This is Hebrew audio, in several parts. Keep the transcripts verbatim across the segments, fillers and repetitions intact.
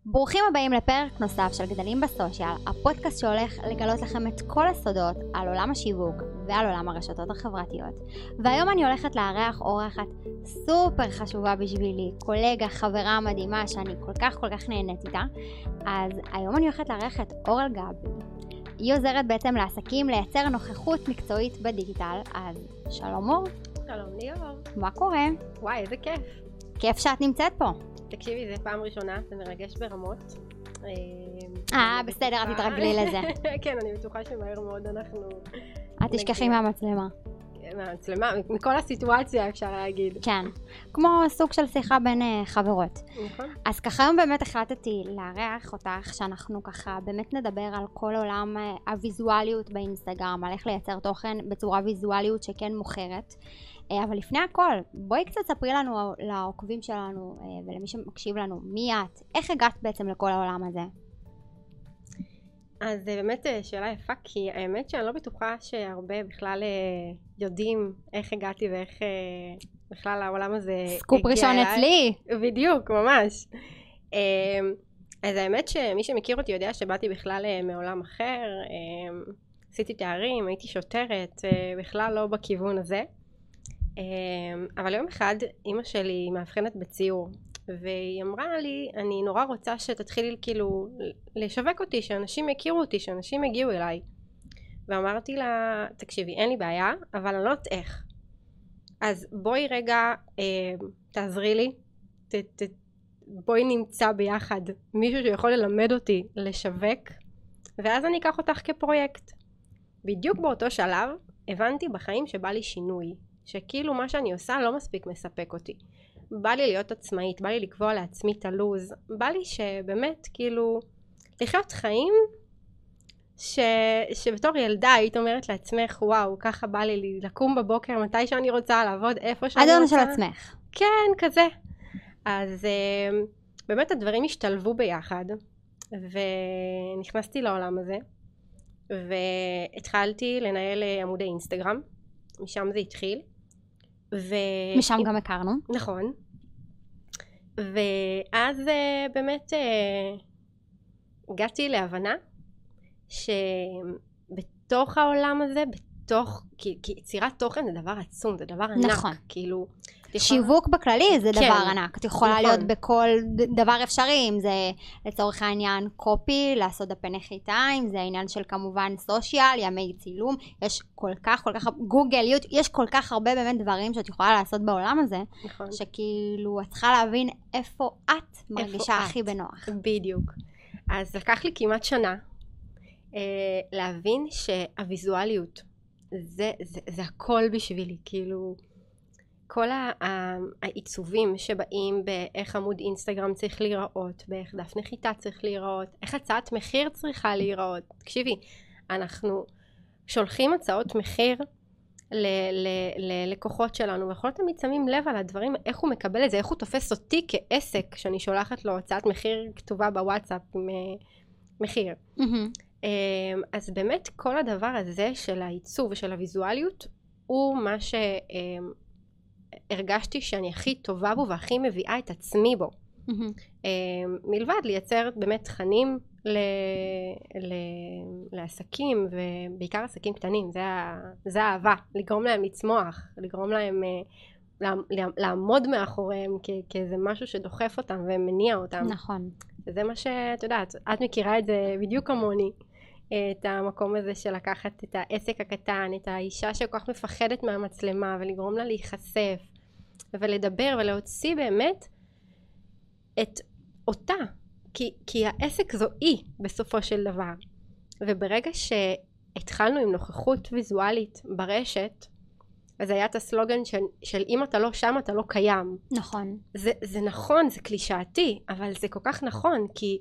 ברוכים הבאים לפרק נוסף של גדלים בסושיאל, הפודקאסט שהולך לגלות לכם את כל הסודות על עולם השיווק ועל עולם הרשתות החברתיות. והיום אני הולכת לארח אורחת סופר חשובה בשבילי, קולגה, חברה מדהימה שאני כל כך כל כך נהנית איתה. אז היום אני הולכת לארח את אורל גבי. היא עוזרת בעצם לעסקים לייצר נוכחות מקצועית בדיגיטל. אז שלום אור. שלום ליאור. מה קורה? וואי, איזה כיף. כיף שאת נמצאת פה. תקשיבי, זה פעם ראשונה, זה מרגש ברמות. אה, בסדר, את תתרגלי לזה. כן, אני בטוחה שמהר מאוד אנחנו... את תשכחי מהמצלמה. מהמצלמה, מכל הסיטואציה אפשר להגיד. כן, כמו סוג של שיחה בין חברות. נכון. אז ככה היום באמת החלטתי לארח אותך, שאנחנו ככה באמת נדבר על כל עולם הוויזואליות באינסטגרם, על איך לייצר תוכן בצורה ויזואליות שכן מוכרת. אבל לפני הכל, בואי קצת ספרי לנו, לעוקבים שלנו ולמי שמקשיב לנו, מי את? איך הגעת בעצם לכל העולם הזה? אז זה באמת שאלה יפה, כי האמת שאני לא בטוחה שהרבה בכלל יודעים איך הגעתי ואיך בכלל העולם הזה הגיע אליי. סקופ ראשון אצלי. בדיוק, ממש. אז האמת שמי שמכיר אותי יודע שבאתי בכלל מעולם אחר, עשיתי תארים, הייתי שוטרת, בכלל לא בכיוון הזה. אבל יום אחד אמא שלי מאבחנת בציור, והיא אמרה לי, אני נורא רוצה שתתחילי כאילו לשווק אותי, שאנשים יכירו אותי, שאנשים יגיעו אליי. ואמרתי לה, תקשיבי, אין לי בעיה, אבל אני לא יודעת איך. אז בואי רגע, אה, תעזרי לי, ת, ת, בואי נמצא ביחד מישהו שיכול ללמד אותי לשווק, ואז אני אקח אותך כפרויקט. בדיוק באותו שלב הבנתי בחיים שבא לי שינוי, שכאילו מה שאני עושה לא מספיק מספק אותי. בא לי להיות עצמאית, בא לי לקבוע לעצמי את הלוז, בא לי שבאמת כאילו לחיות חיים ש... שבתור ילדה היית אומרת לעצמך, וואו, ככה בא לי לקום בבוקר מתי שאני רוצה, לעבוד איפה שאני אדון רוצה. של עצמך. כן, כזה. אז באמת הדברים השתלבו ביחד, ונכנסתי לעולם הזה, והתחלתי לנהל עמודי אינסטגרם, משם זה התחיל. ו... משם גם הכרנו. נכון. ואז באמת הגעתי להבנה שבתוך העולם הזה, בתוך, כי, כי יצירת תוכן זה דבר עצום, זה דבר ענק. נכון. כאילו, שיווק בכללי זה כן, דבר ענק. את יכולה נכון. להיות בכל דבר אפשרי, אם זה לצורך העניין קופי, לעשות דפי נחיתה, אם זה העניין של כמובן סושיאל, ימי צילום, יש כל כך, כל כך, גוגל, יש כל כך הרבה באמת דברים שאת יכולה לעשות בעולם הזה, נכון. שכאילו את צריכה להבין איפה את מרגישה איפה הכי את? בנוח. בדיוק. אז לקח לי כמעט שנה אה, להבין שהוויזואליות זה, זה, זה הכל בשבילי, כאילו כל העיצובים שבאים באיך עמוד אינסטגרם צריך להיראות, באיך דף נחיתה צריך להיראות, איך הצעת מחיר צריכה להיראות. תקשיבי, אנחנו שולחים הצעות מחיר ללקוחות שלנו, ויכול תמיד שמים לב על הדברים, איך הוא מקבל את זה, איך הוא תופס אותי כעסק, שאני שולחת לו הצעת מחיר כתובה בוואטסאפ עם מחיר. אז באמת כל הדבר הזה של העיצוב ושל הוויזואליות, הוא מה ש... הרגשתי שאני הכי טובה בו והכי מביאה את עצמי בו. Mm-hmm. מלבד לייצר באמת תכנים ל... ל... לעסקים, ובעיקר עסקים קטנים, זה, ה... זה האהבה, לגרום להם לצמוח, לגרום להם לעמוד מאחוריהם כ... כאיזה משהו שדוחף אותם ומניע אותם. נכון. וזה מה שאת יודעת, את מכירה את זה בדיוק כמוני, את המקום הזה של לקחת את העסק הקטן, את האישה שכל כך מפחדת מהמצלמה, ולגרום לה להיחשף, ולדבר ולהוציא באמת את אותה, כי, כי העסק זו היא בסופו של דבר. וברגע שהתחלנו עם נוכחות ויזואלית ברשת, אז היה את הסלוגן של, של אם אתה לא שם אתה לא קיים. נכון. זה, זה נכון, זה קלישאתי, אבל זה כל כך נכון, כי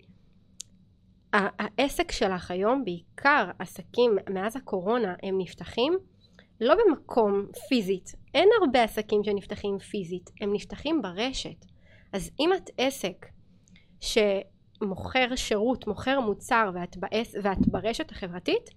העסק שלך היום, בעיקר עסקים מאז הקורונה, הם נפתחים לא במקום פיזית. אין הרבה עסקים שנפתחים פיזית, הם נפתחים ברשת. אז אם את עסק שמוכר שירות, מוכר מוצר, ואת, בעס, ואת ברשת החברתית,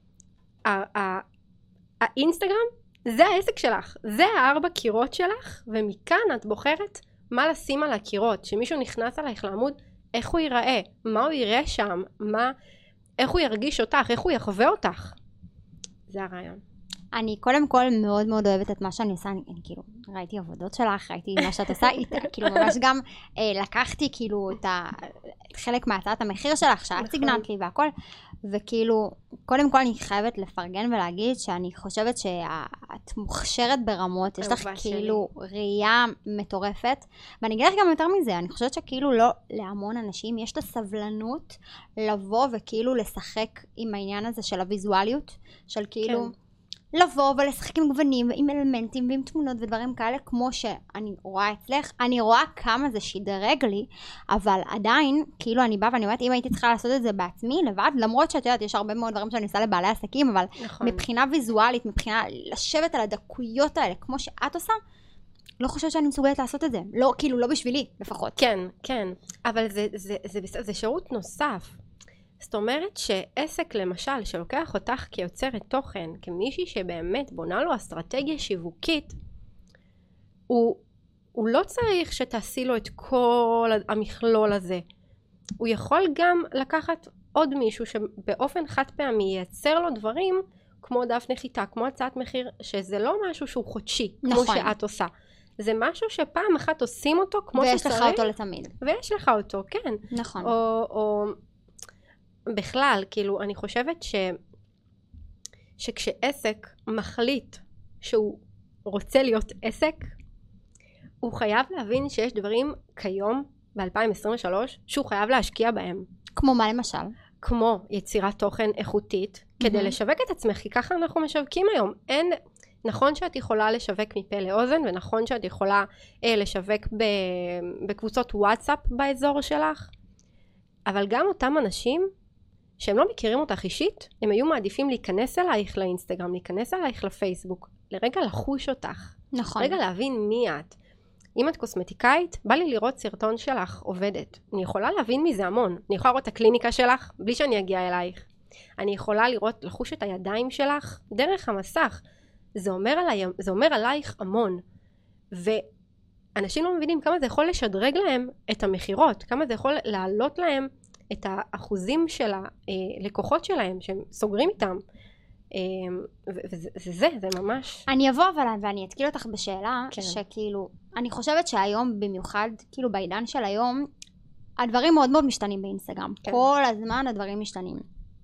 האינסטגרם זה העסק שלך, זה הארבע קירות שלך, ומכאן את בוחרת מה לשים על הקירות. שמישהו נכנס עלייך לעמוד, איך הוא ייראה, מה הוא יראה שם, מה, איך הוא ירגיש אותך, איך הוא יחווה אותך. זה הרעיון. אני קודם כל מאוד מאוד אוהבת את מה שאני עושה, אני, אני כאילו ראיתי עבודות שלך, ראיתי מה שאת עושה, כאילו ממש גם אה, לקחתי כאילו את ה, חלק מהצעת המחיר שלך, שאת סיגנת לי והכל, וכאילו קודם כל אני חייבת לפרגן ולהגיד שאני חושבת שאת מוכשרת ברמות, יש לך כאילו ראייה מטורפת, ואני אגיד לך גם יותר מזה, אני חושבת שכאילו לא להמון אנשים יש את הסבלנות לבוא וכאילו לשחק עם העניין הזה של הוויזואליות, של כאילו... כן. לבוא ולשחק עם גוונים ועם אלמנטים ועם תמונות ודברים כאלה, כמו שאני רואה אצלך, אני רואה כמה זה שידרג לי, אבל עדיין, כאילו אני באה ואני אומרת, אם הייתי צריכה לעשות את זה בעצמי, לבד, למרות שאת יודעת, יש הרבה מאוד דברים שאני עושה לבעלי עסקים, אבל נכון. מבחינה ויזואלית, מבחינה לשבת על הדקויות האלה, כמו שאת עושה, לא חושבת שאני מסוגלת לעשות את זה. לא, כאילו, לא בשבילי, לפחות. כן, כן. אבל זה, זה, זה, זה, זה שירות נוסף. זאת אומרת שעסק למשל שלוקח אותך כיוצרת תוכן, כמישהי שבאמת בונה לו אסטרטגיה שיווקית, הוא, הוא לא צריך שתעשי לו את כל המכלול הזה. הוא יכול גם לקחת עוד מישהו שבאופן חד פעמי ייצר לו דברים כמו דף נחיתה, כמו הצעת מחיר, שזה לא משהו שהוא חודשי, נכון. כמו שאת עושה. זה משהו שפעם אחת עושים אותו כמו ויש שצריך. ויש לך אותו לתמיד. ויש לך אותו, כן. נכון. או... או בכלל, כאילו, אני חושבת ש... שכשעסק מחליט שהוא רוצה להיות עסק, הוא חייב להבין שיש דברים כיום, ב-אלפיים עשרים ושלוש, שהוא חייב להשקיע בהם. כמו מה למשל? כמו יצירת תוכן איכותית, כדי mm-hmm. לשווק את עצמך, כי ככה אנחנו משווקים היום. אין... נכון שאת יכולה לשווק מפה לאוזן, ונכון שאת יכולה אה, לשווק ב... בקבוצות וואטסאפ באזור שלך, אבל גם אותם אנשים, שהם לא מכירים אותך אישית, הם היו מעדיפים להיכנס אלייך לאינסטגרם, להיכנס אלייך לפייסבוק, לרגע לחוש אותך. נכון. רגע להבין מי את. אם את קוסמטיקאית, בא לי לראות סרטון שלך עובדת. אני יכולה להבין מזה המון. אני יכולה לראות את הקליניקה שלך, בלי שאני אגיע אלייך. אני יכולה לראות, לחוש את הידיים שלך, דרך המסך. זה אומר עליי, זה אומר עלייך המון. ואנשים לא מבינים כמה זה יכול לשדרג להם את המחירות, כמה זה יכול לעלות להם את האחוזים של הלקוחות שלהם שהם סוגרים איתם, וזה זה, זה ממש... אני אבוא אבל ואני אתקיל אותך בשאלה, כן. שכאילו, אני חושבת שהיום במיוחד, כאילו בעידן של היום, הדברים מאוד מאוד משתנים באינסטגרם, כן. כל הזמן הדברים משתנים.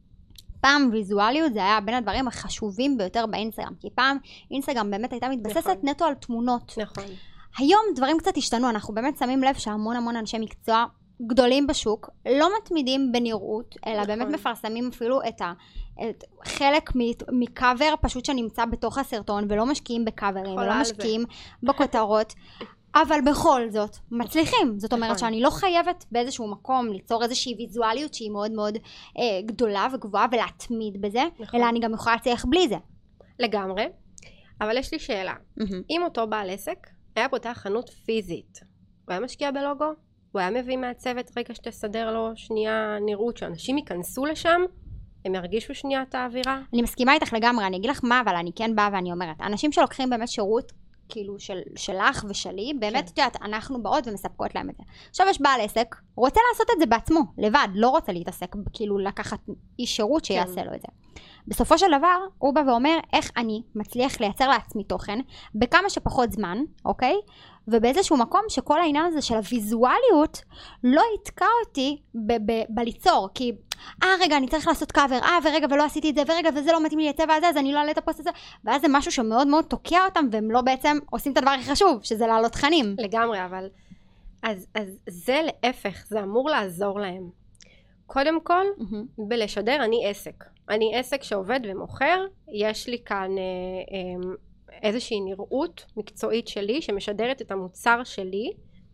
פעם ויזואליות זה היה בין הדברים החשובים ביותר באינסטגרם, כי פעם אינסטגרם באמת הייתה מתבססת נכון. נטו על תמונות. נכון. היום דברים קצת השתנו, אנחנו באמת שמים לב שהמון המון אנשי מקצוע גדולים בשוק, לא מתמידים בנראות, אלא נכון. באמת מפרסמים אפילו את, ה, את חלק מקאבר פשוט שנמצא בתוך הסרטון, ולא משקיעים בקאברים, ולא משקיעים זה. בכותרות, אבל בכל זאת מצליחים. זאת אומרת נכון. שאני לא חייבת באיזשהו מקום ליצור איזושהי ויזואליות שהיא מאוד מאוד אה, גדולה וגבוהה, ולהתמיד בזה, נכון. אלא אני גם יכולה להצליח בלי זה. לגמרי, אבל יש לי שאלה. Mm-hmm. אם אותו בעל עסק היה פותח חנות פיזית, הוא היה משקיע בלוגו? הוא היה מביא מהצוות רגע שתסדר לו שנייה נראות, שאנשים ייכנסו לשם, הם ירגישו שנייה את האווירה? אני מסכימה איתך לגמרי, אני אגיד לך מה, אבל אני כן באה ואני אומרת, אנשים שלוקחים באמת שירות, כאילו של, שלך ושלי, באמת, כן. יודעת, אנחנו באות ומספקות להם את זה. עכשיו יש בעל עסק, רוצה לעשות את זה בעצמו, לבד, לא רוצה להתעסק, כאילו לקחת איש שירות שיעשה כן. לו את זה. בסופו של דבר, הוא בא ואומר, איך אני מצליח לייצר לעצמי תוכן, בכמה שפחות זמן, אוקיי? ובאיזשהו מקום שכל העניין הזה של הוויזואליות, לא יתקע אותי ב- ב- בליצור, כי, אה רגע, אני צריך לעשות קאבר, אה ורגע ולא עשיתי את זה, ורגע וזה לא מתאים לי לצבע הזה, אז אני לא אעלה את הפוסט הזה, ואז זה משהו שמאוד מאוד תוקע אותם, והם לא בעצם עושים את הדבר הכי חשוב, שזה לעלות תכנים. לגמרי, אבל, אז, אז זה להפך, זה אמור לעזור להם. קודם כל, mm-hmm. בלשדר אני עסק. אני עסק שעובד ומוכר, יש לי כאן אה, אה, איזושהי נראות מקצועית שלי שמשדרת את המוצר שלי,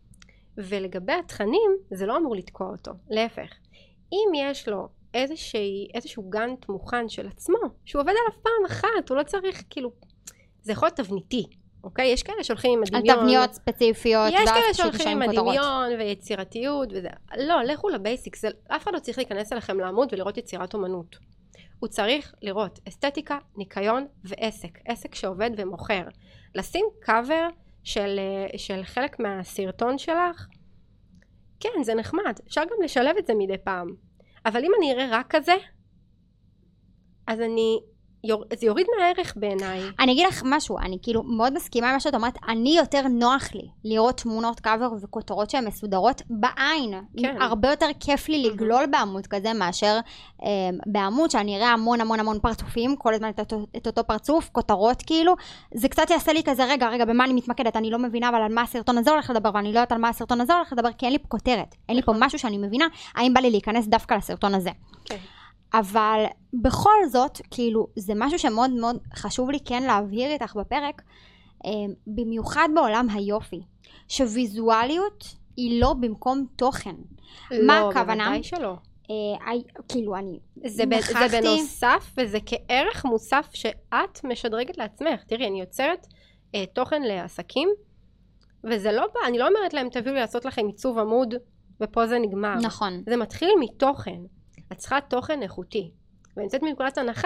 ולגבי התכנים זה לא אמור לתקוע אותו, להפך. אם יש לו איזושהי, איזשהו גאנט מוכן של עצמו, שהוא עובד עליו פעם אחת, הוא לא צריך כאילו, זה יכול להיות תבניתי, אוקיי? יש כאלה שהולכים עם הדמיון. על תבניות ספציפיות. יש כאלה שהולכים עם הדמיון ויצירתיות וזה. לא, לכו לבייסיקס, אף אחד לא צריך להיכנס אליכם לעמוד ולראות יצירת אומנות. הוא צריך לראות אסתטיקה, ניקיון ועסק. עסק שעובד ומוכר. לשים קאבר של, של חלק מהסרטון שלך, כן, זה נחמד. אפשר גם לשלב את זה מדי פעם. אבל אם אני אראה רק כזה, אז אני... זה יוריד מהערך בעיניי. אני אגיד לך משהו, אני כאילו מאוד מסכימה עם מה שאת אומרת, אני יותר נוח לי לראות תמונות קאבר וכותרות שהן מסודרות בעין. כן. הרבה יותר כיף לי לגלול בעמוד כזה מאשר אה, בעמוד שאני אראה המון המון המון פרצופים, כל הזמן את, את אותו פרצוף, כותרות כאילו, זה קצת יעשה לי כזה, רגע, רגע, במה אני מתמקדת, אני לא מבינה, אבל על מה הסרטון הזה הולך לדבר, ואני לא יודעת על מה הסרטון הזה הולך לדבר, כי אין לי פה כותרת, אין לי פה משהו שאני מבינה, האם בא לי להיכנס דווקא לסרטון הזה. כן. אבל בכל זאת, כאילו, זה משהו שמאוד מאוד חשוב לי כן להבהיר איתך בפרק, במיוחד בעולם היופי, שוויזואליות היא לא במקום תוכן. לא, מה הכוונה? בוודאי שלא. אה, כאילו, אני זה, נכחתי... זה בנוסף, וזה כערך מוסף שאת משדרגת לעצמך. תראי, אני יוצרת אה, תוכן לעסקים, וזה לא בא, אני לא אומרת להם, תביאו לי לעשות לכם עיצוב עמוד, ופה זה נגמר. נכון. זה מתחיל מתוכן. את צריכה תוכן איכותי. ואני יוצאת מנקודת הנחה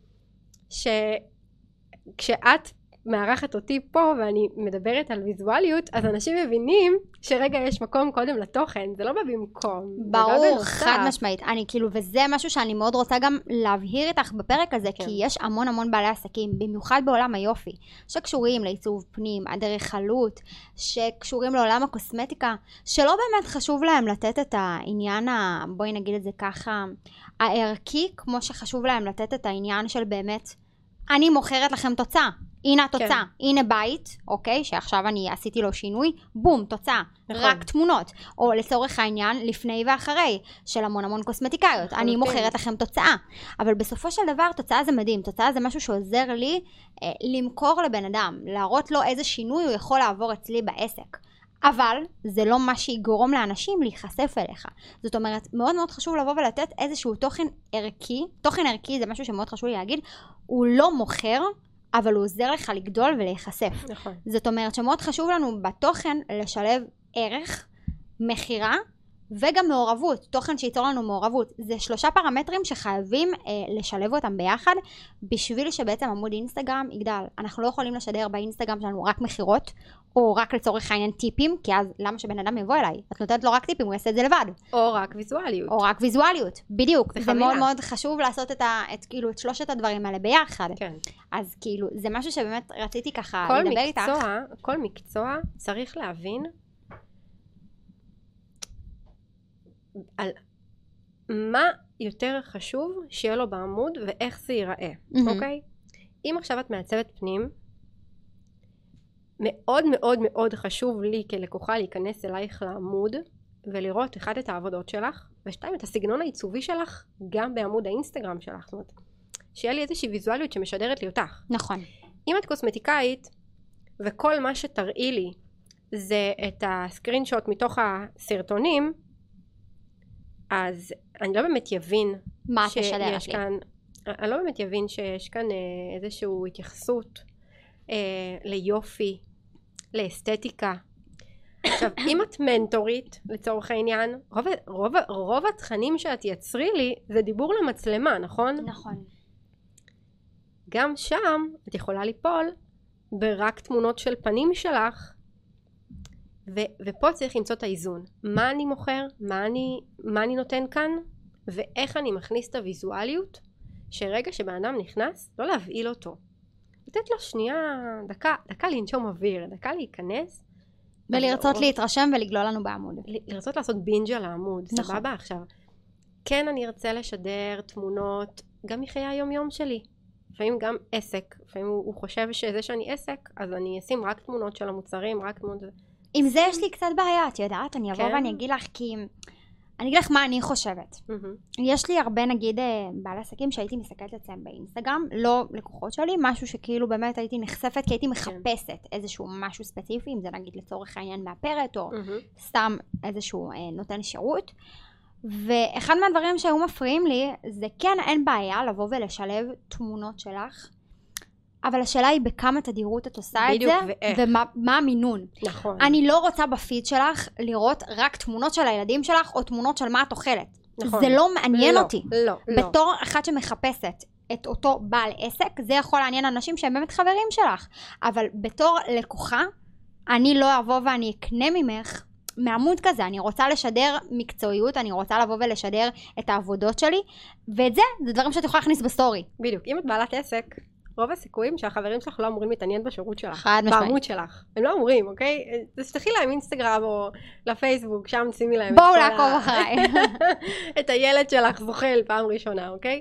שכשאת מערכת אותי פה ואני מדברת על ויזואליות, אז אנשים מבינים שרגע יש מקום קודם לתוכן, זה לא בא במקום. ברור, חד משמעית. אני כאילו, וזה משהו שאני מאוד רוצה גם להבהיר איתך בפרק הזה, כן. כי יש המון המון בעלי עסקים, במיוחד בעולם היופי, שקשורים לעיצוב פנים, אדריכלות, שקשורים לעולם הקוסמטיקה, שלא באמת חשוב להם לתת את העניין, ה, בואי נגיד את זה ככה, הערכי, כמו שחשוב להם לתת את העניין של באמת, אני מוכרת לכם תוצאה. הנה התוצאה, כן. הנה בית, אוקיי, שעכשיו אני עשיתי לו שינוי, בום, תוצאה, נכון. רק תמונות, או לצורך העניין, לפני ואחרי, של המון המון קוסמטיקאיות, אני מוכרת לכם תוצאה, אבל בסופו של דבר, תוצאה זה מדהים, תוצאה זה משהו שעוזר לי אה, למכור לבן אדם, להראות לו איזה שינוי הוא יכול לעבור אצלי בעסק, אבל זה לא מה שיגרום לאנשים להיחשף אליך. זאת אומרת, מאוד מאוד חשוב לבוא ולתת איזשהו תוכן ערכי, תוכן ערכי זה משהו שמאוד חשוב לי להגיד, הוא לא מוכר, אבל הוא עוזר לך לגדול ולהיחשף. נכון. זאת אומרת שמאוד חשוב לנו בתוכן לשלב ערך, מחירה, וגם מעורבות, תוכן שייצור לנו מעורבות. זה שלושה פרמטרים שחייבים אה, לשלב אותם ביחד, בשביל שבעצם עמוד אינסטגרם יגדל. אנחנו לא יכולים לשדר באינסטגרם שלנו רק מחירות, או רק לצורך העניין טיפים, כי אז למה שבן אדם יבוא אליי? את נותנת לו רק טיפים, הוא יעשה את זה לבד. או רק ויזואליות. או רק ויזואליות, בדיוק. זה, זה מאוד מאוד חשוב לעשות את, ה, את, כאילו, את שלושת הדברים האלה ביחד. כן. אז כאילו, זה משהו שבאמת רציתי ככה לדבר איתך. כל מקצוע, כל מקצוע צריך להבין על מה יותר חשוב שיהיה לו בעמוד ואיך זה ייראה, mm-hmm. אוקיי? אם עכשיו את מעצבת פנים, מאוד מאוד מאוד חשוב לי כלקוחה להיכנס אלייך לעמוד ולראות אחד את העבודות שלך, ושתיים את הסגנון העיצובי שלך גם בעמוד האינסטגרם שלך, זאת אומרת, שיהיה לי איזושהי ויזואליות שמשדרת לי אותך. נכון. אם את קוסמטיקאית וכל מה שתראי לי זה את הסקרינשוט מתוך הסרטונים, אז אני לא באמת יבין מה את משדרת לי. כאן, אני לא באמת יבין שיש כאן איזושהי התייחסות אה, ליופי, לאסתטיקה. עכשיו, אם את מנטורית, לצורך העניין, רוב, רוב, רוב התכנים שאת יצרי לי זה דיבור למצלמה, נכון? נכון. גם שם את יכולה ליפול ברק תמונות של פנים שלך, ו- ופה צריך למצוא את האיזון. מה אני מוכר, מה אני, מה אני נותן כאן, ואיך אני מכניס את הוויזואליות, שרגע שבן אדם נכנס, לא להבעיל אותו. לתת לו שנייה, דקה, דקה לנשום אוויר, דקה להיכנס. ולרצות או... להתרשם ולגלול לנו בעמוד. ל- לרצות לעשות בינג' על העמוד, נכון. סבבה עכשיו. כן אני ארצה לשדר תמונות, גם מחיי היום יום שלי. לפעמים גם עסק, לפעמים הוא, הוא חושב שזה שאני עסק, אז אני אשים רק תמונות של המוצרים, רק תמונות... עם זה יש לי קצת בעיה, את יודעת, אני אבוא כן? ואני אגיד לך כי... אני אגיד לך מה אני חושבת. Mm-hmm. יש לי הרבה נגיד בעלי עסקים שהייתי מסתכלת אצלם באינסטגרם, לא לקוחות שלי, משהו שכאילו באמת הייתי נחשפת, כי הייתי מחפשת כן. איזשהו משהו ספציפי, אם זה נגיד לצורך העניין מאפרת, או mm-hmm. סתם איזשהו אה, נותן שירות. ואחד מהדברים שהיו מפריעים לי, זה כן אין בעיה לבוא ולשלב תמונות שלך, אבל השאלה היא בכמה תדירות את עושה את זה, ואיך. ומה המינון. נכון. אני לא רוצה בפיד שלך לראות רק תמונות של הילדים שלך, או תמונות של מה את אוכלת. נכון. זה לא מעניין לא, אותי. לא, לא. בתור אחת שמחפשת את אותו בעל עסק, זה יכול לעניין אנשים שהם באמת חברים שלך. אבל בתור לקוחה, אני לא אבוא ואני אקנה ממך מעמוד כזה, אני רוצה לשדר מקצועיות, אני רוצה לבוא ולשדר את העבודות שלי, ואת זה, זה דברים שאת יכולה להכניס בסטורי. בדיוק, אם את בעלת עסק, רוב הסיכויים שהחברים שלך לא אמורים להתעניין בשירות שלך. חד משמעית. בעמוד שלך. הם לא אמורים, אוקיי? תשלחי להם אינסטגרם או לפייסבוק, שם שימי להם בואו לעקוב אחריי. את הילד שלך זוכל פעם ראשונה, אוקיי?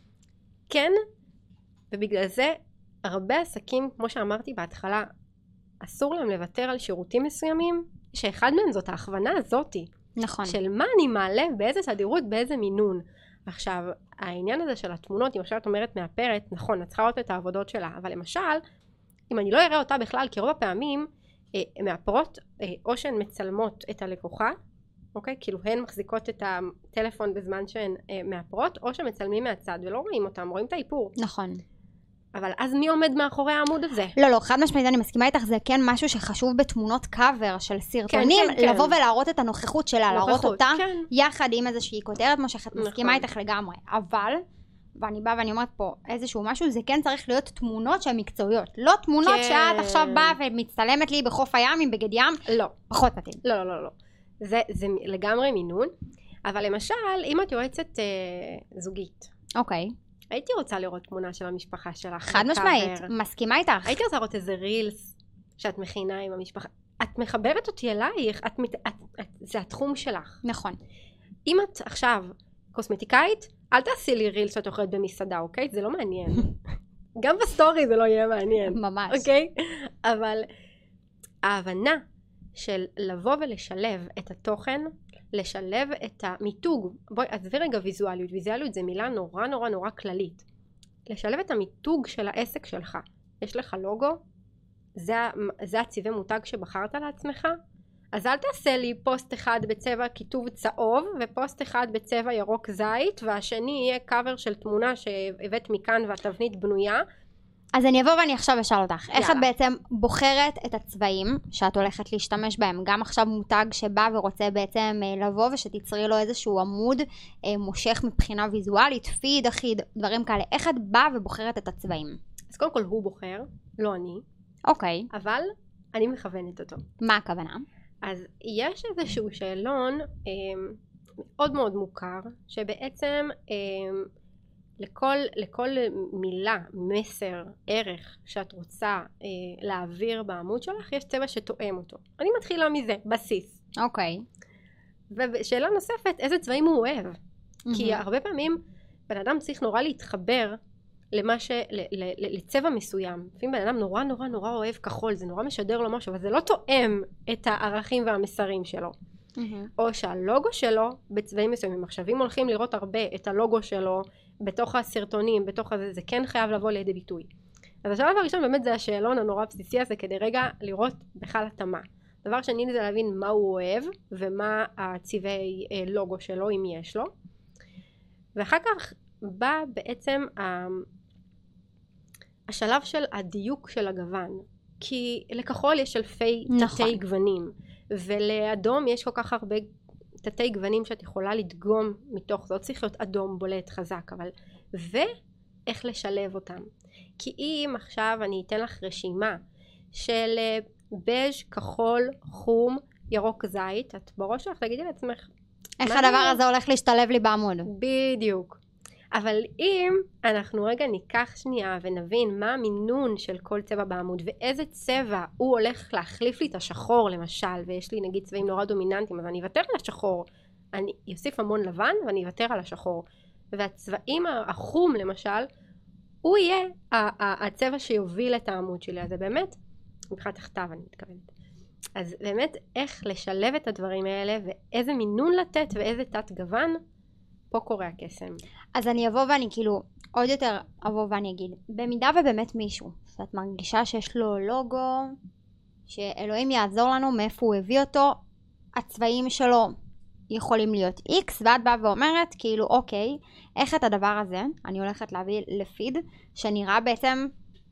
כן, ובגלל זה הרבה עסקים, כמו שאמרתי בהתחלה, אסור להם לוותר על שירותים מסוימים, שאחד מהם זאת ההכוונה הזאתי. נכון. של מה אני מעלה, באיזה תדירות, באיזה מינון. עכשיו, העניין הזה של התמונות, אם עכשיו את אומרת מאפרת, נכון, את צריכה לראות את העבודות שלה, אבל למשל, אם אני לא אראה אותה בכלל, כי רוב הפעמים אה, מאפרות, אה, או שהן מצלמות את הלקוחה, אוקיי? כאילו הן מחזיקות את הטלפון בזמן שהן אה, מאפרות, או שמצלמים מהצד ולא רואים אותם, רואים את האיפור. נכון. אבל אז מי עומד מאחורי העמוד הזה? לא, לא, חד משמעית, אני מסכימה איתך, זה כן משהו שחשוב בתמונות קאבר של סרטונים, כן, כן, לבוא כן. ולהראות את הנוכחות שלה, נוכחות, להראות אותה, כן. יחד עם איזושהי כותרת, מושכת, נכון. מסכימה איתך לגמרי, אבל, ואני באה ואני אומרת פה איזשהו משהו, זה כן צריך להיות תמונות שהן מקצועיות, לא תמונות כן. שאת עכשיו באה ומצטלמת לי בחוף הים עם בגד ים, לא. פחות מתאים. לא, לא, לא, לא. זה, זה לגמרי מינון, אבל למשל, אם את יועצת אה, זוגית, אוקיי. הייתי רוצה לראות תמונה של המשפחה שלך. חד משמעית, מסכימה איתך. הייתי רוצה לראות איזה רילס שאת מכינה עם המשפחה. את מחברת אותי אלייך, את, את, את, את, זה התחום שלך. נכון. אם את עכשיו קוסמטיקאית, אל תעשי לי רילס שאת אוכלת במסעדה, אוקיי? זה לא מעניין. גם בסטורי זה לא יהיה מעניין. ממש. אוקיי? אבל ההבנה של לבוא ולשלב את התוכן, לשלב את המיתוג, בואי, עזבי רגע ויזואליות, ויזואליות זה מילה נורא נורא נורא כללית. לשלב את המיתוג של העסק שלך. יש לך לוגו, זה, זה הצבעי מותג שבחרת לעצמך, אז אל תעשה לי פוסט אחד בצבע כיתוב צהוב, ופוסט אחד בצבע ירוק זית, והשני יהיה קאבר של תמונה שהבאת מכאן והתבנית בנויה. אז אני אבוא ואני עכשיו אשאל אותך, יאללה. איך את בעצם בוחרת את הצבעים שאת הולכת להשתמש בהם? גם עכשיו מותג שבא ורוצה בעצם לבוא ושתצרי לו איזשהו עמוד מושך מבחינה ויזואלית, פיד אחיד, דברים כאלה. איך את באה ובוחרת את הצבעים? אז קודם כל הוא בוחר, לא אני. אוקיי. אבל אני מכוונת אותו. מה הכוונה? אז יש איזשהו שאלון אה, מאוד מאוד מוכר, שבעצם אה, לכל, לכל מילה, מסר, ערך שאת רוצה אה, להעביר בעמוד שלך, יש צבע שתואם אותו. אני מתחילה מזה, בסיס. אוקיי. ושאלה נוספת, איזה צבעים הוא אוהב? Mm-hmm. כי הרבה פעמים בן אדם צריך נורא להתחבר למה ש... ל, ל, ל, לצבע מסוים. לפעמים בן אדם נורא נורא נורא אוהב כחול, זה נורא משדר לו משהו, אבל זה לא תואם את הערכים והמסרים שלו. Mm-hmm. או שהלוגו שלו בצבעים מסוימים. עכשיו, אם הולכים לראות הרבה את הלוגו שלו בתוך הסרטונים, בתוך הזה, זה כן חייב לבוא לידי ביטוי. אז השלב הראשון באמת זה השאלון הנורא בסיסי הזה, כדי רגע לראות בכלל התאמה. דבר שני זה להבין מה הוא אוהב, ומה הצבעי לוגו שלו, אם יש לו. ואחר כך בא בעצם השלב של הדיוק של הגוון. כי לכחול יש אלפי נכון. תתי גוונים, ולאדום יש כל כך הרבה תתי גוונים שאת יכולה לדגום מתוך זאת. צריך להיות אדום בולט חזק, אבל ואיך לשלב אותם. כי אם עכשיו אני אתן לך רשימה של בז', כחול, חום, ירוק זית, את בראש שלך תגידי לעצמך איך הדבר הזה הולך להשתלב לי בעמוד? בדיוק. אבל אם אנחנו רגע ניקח שנייה ונבין מה המינון של כל צבע בעמוד ואיזה צבע הוא הולך להחליף לי את השחור למשל, ויש לי נגיד צבעים נורא דומיננטיים, אז אני אוותר על השחור, אני אוסיף המון לבן ואני אוותר על השחור. והצבעים החום למשל, הוא יהיה הצבע שיוביל את העמוד שלי. אז זה באמת, מבחינת תחתיו אני מתכוונת. אז באמת איך לשלב את הדברים האלה ואיזה מינון לתת ואיזה תת גוון, פה קורה הקסם. אז אני אבוא ואני כאילו עוד יותר אבוא ואני אגיד, במידה ובאמת מישהו שאת מרגישה שיש לו לוגו, שאלוהים יעזור לנו מאיפה הוא הביא אותו, הצבעים שלו יכולים להיות X, ואת באה ואומרת כאילו אוקיי, איך את הדבר הזה אני הולכת להביא לפיד שנראה בעצם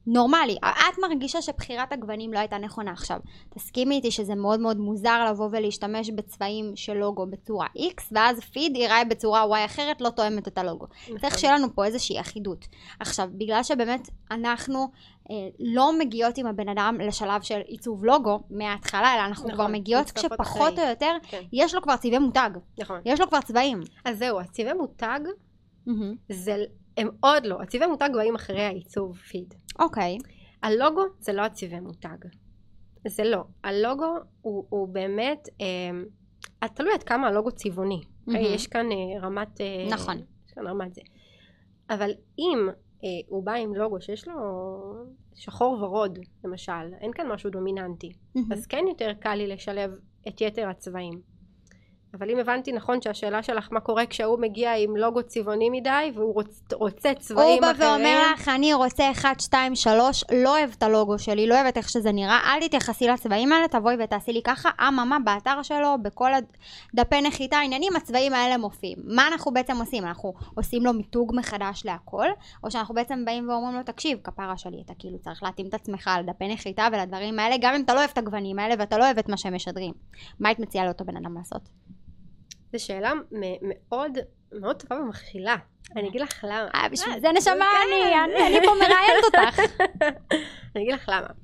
נורמלי. את מרגישה שבחירת הגוונים לא הייתה נכונה עכשיו. תסכימי איתי שזה מאוד מאוד מוזר לבוא ולהשתמש בצבעים של לוגו בצורה X, ואז פיד ייראה בצורה Y אחרת, לא תואמת את הלוגו. נכון. צריך שיהיה לנו פה איזושהי אחידות. עכשיו, בגלל שבאמת אנחנו אה, לא מגיעות עם הבן אדם לשלב של עיצוב לוגו מההתחלה, אלא אנחנו נכון, כבר מגיעות כשפחות אחרי. או יותר, כן. יש לו כבר צבעי מותג. נכון. יש לו כבר צבעים. אז זהו, הצבעי מותג, mm-hmm. זה... הם עוד לא, הצבעי מותג באים אחרי העיצוב פיד. אוקיי. Okay. הלוגו זה לא הצבעי מותג. זה לא. הלוגו הוא, הוא באמת, אה, תלוי עד כמה הלוגו צבעוני. Mm-hmm. Okay? יש כאן אה, רמת... אה, נכון. יש כאן רמת זה. אבל אם אה, הוא בא עם לוגו שיש לו שחור ורוד, למשל, אין כאן משהו דומיננטי, mm-hmm. אז כן יותר קל לי לשלב את יתר הצבעים. אבל אם הבנתי נכון שהשאלה שלך מה קורה כשהוא מגיע עם לוגו צבעוני מדי והוא רוצ, רוצה צבעים אחרים. הוא בא ואומר לך, אני רוצה אחת, שתיים, שלוש, לא אוהב את הלוגו שלי, לא אוהבת איך שזה נראה, אל תתייחסי לצבעים האלה, תבואי ותעשי לי ככה, אממה, באתר שלו, בכל דפי נחיתה, העניינים, הצבעים האלה מופיעים. מה אנחנו בעצם עושים? אנחנו עושים לו מיתוג מחדש להכל, או שאנחנו בעצם באים ואומרים לו, תקשיב, כפרה שלי, אתה כאילו צריך להתאים את עצמך לדפי נחיתה ולדברים האלה, גם אם אתה לא אוהב את הגוונים האלה ואתה לא אוהב את מה שהם משדרים. מה היית מציעה לאותו בן אדם לעשות? זו שאלה מאוד מאוד טובה ומכילה. אני אגיד לך למה. אה, בשביל זה נשמה, אני פה מראיינת אותך. אני אגיד לך למה.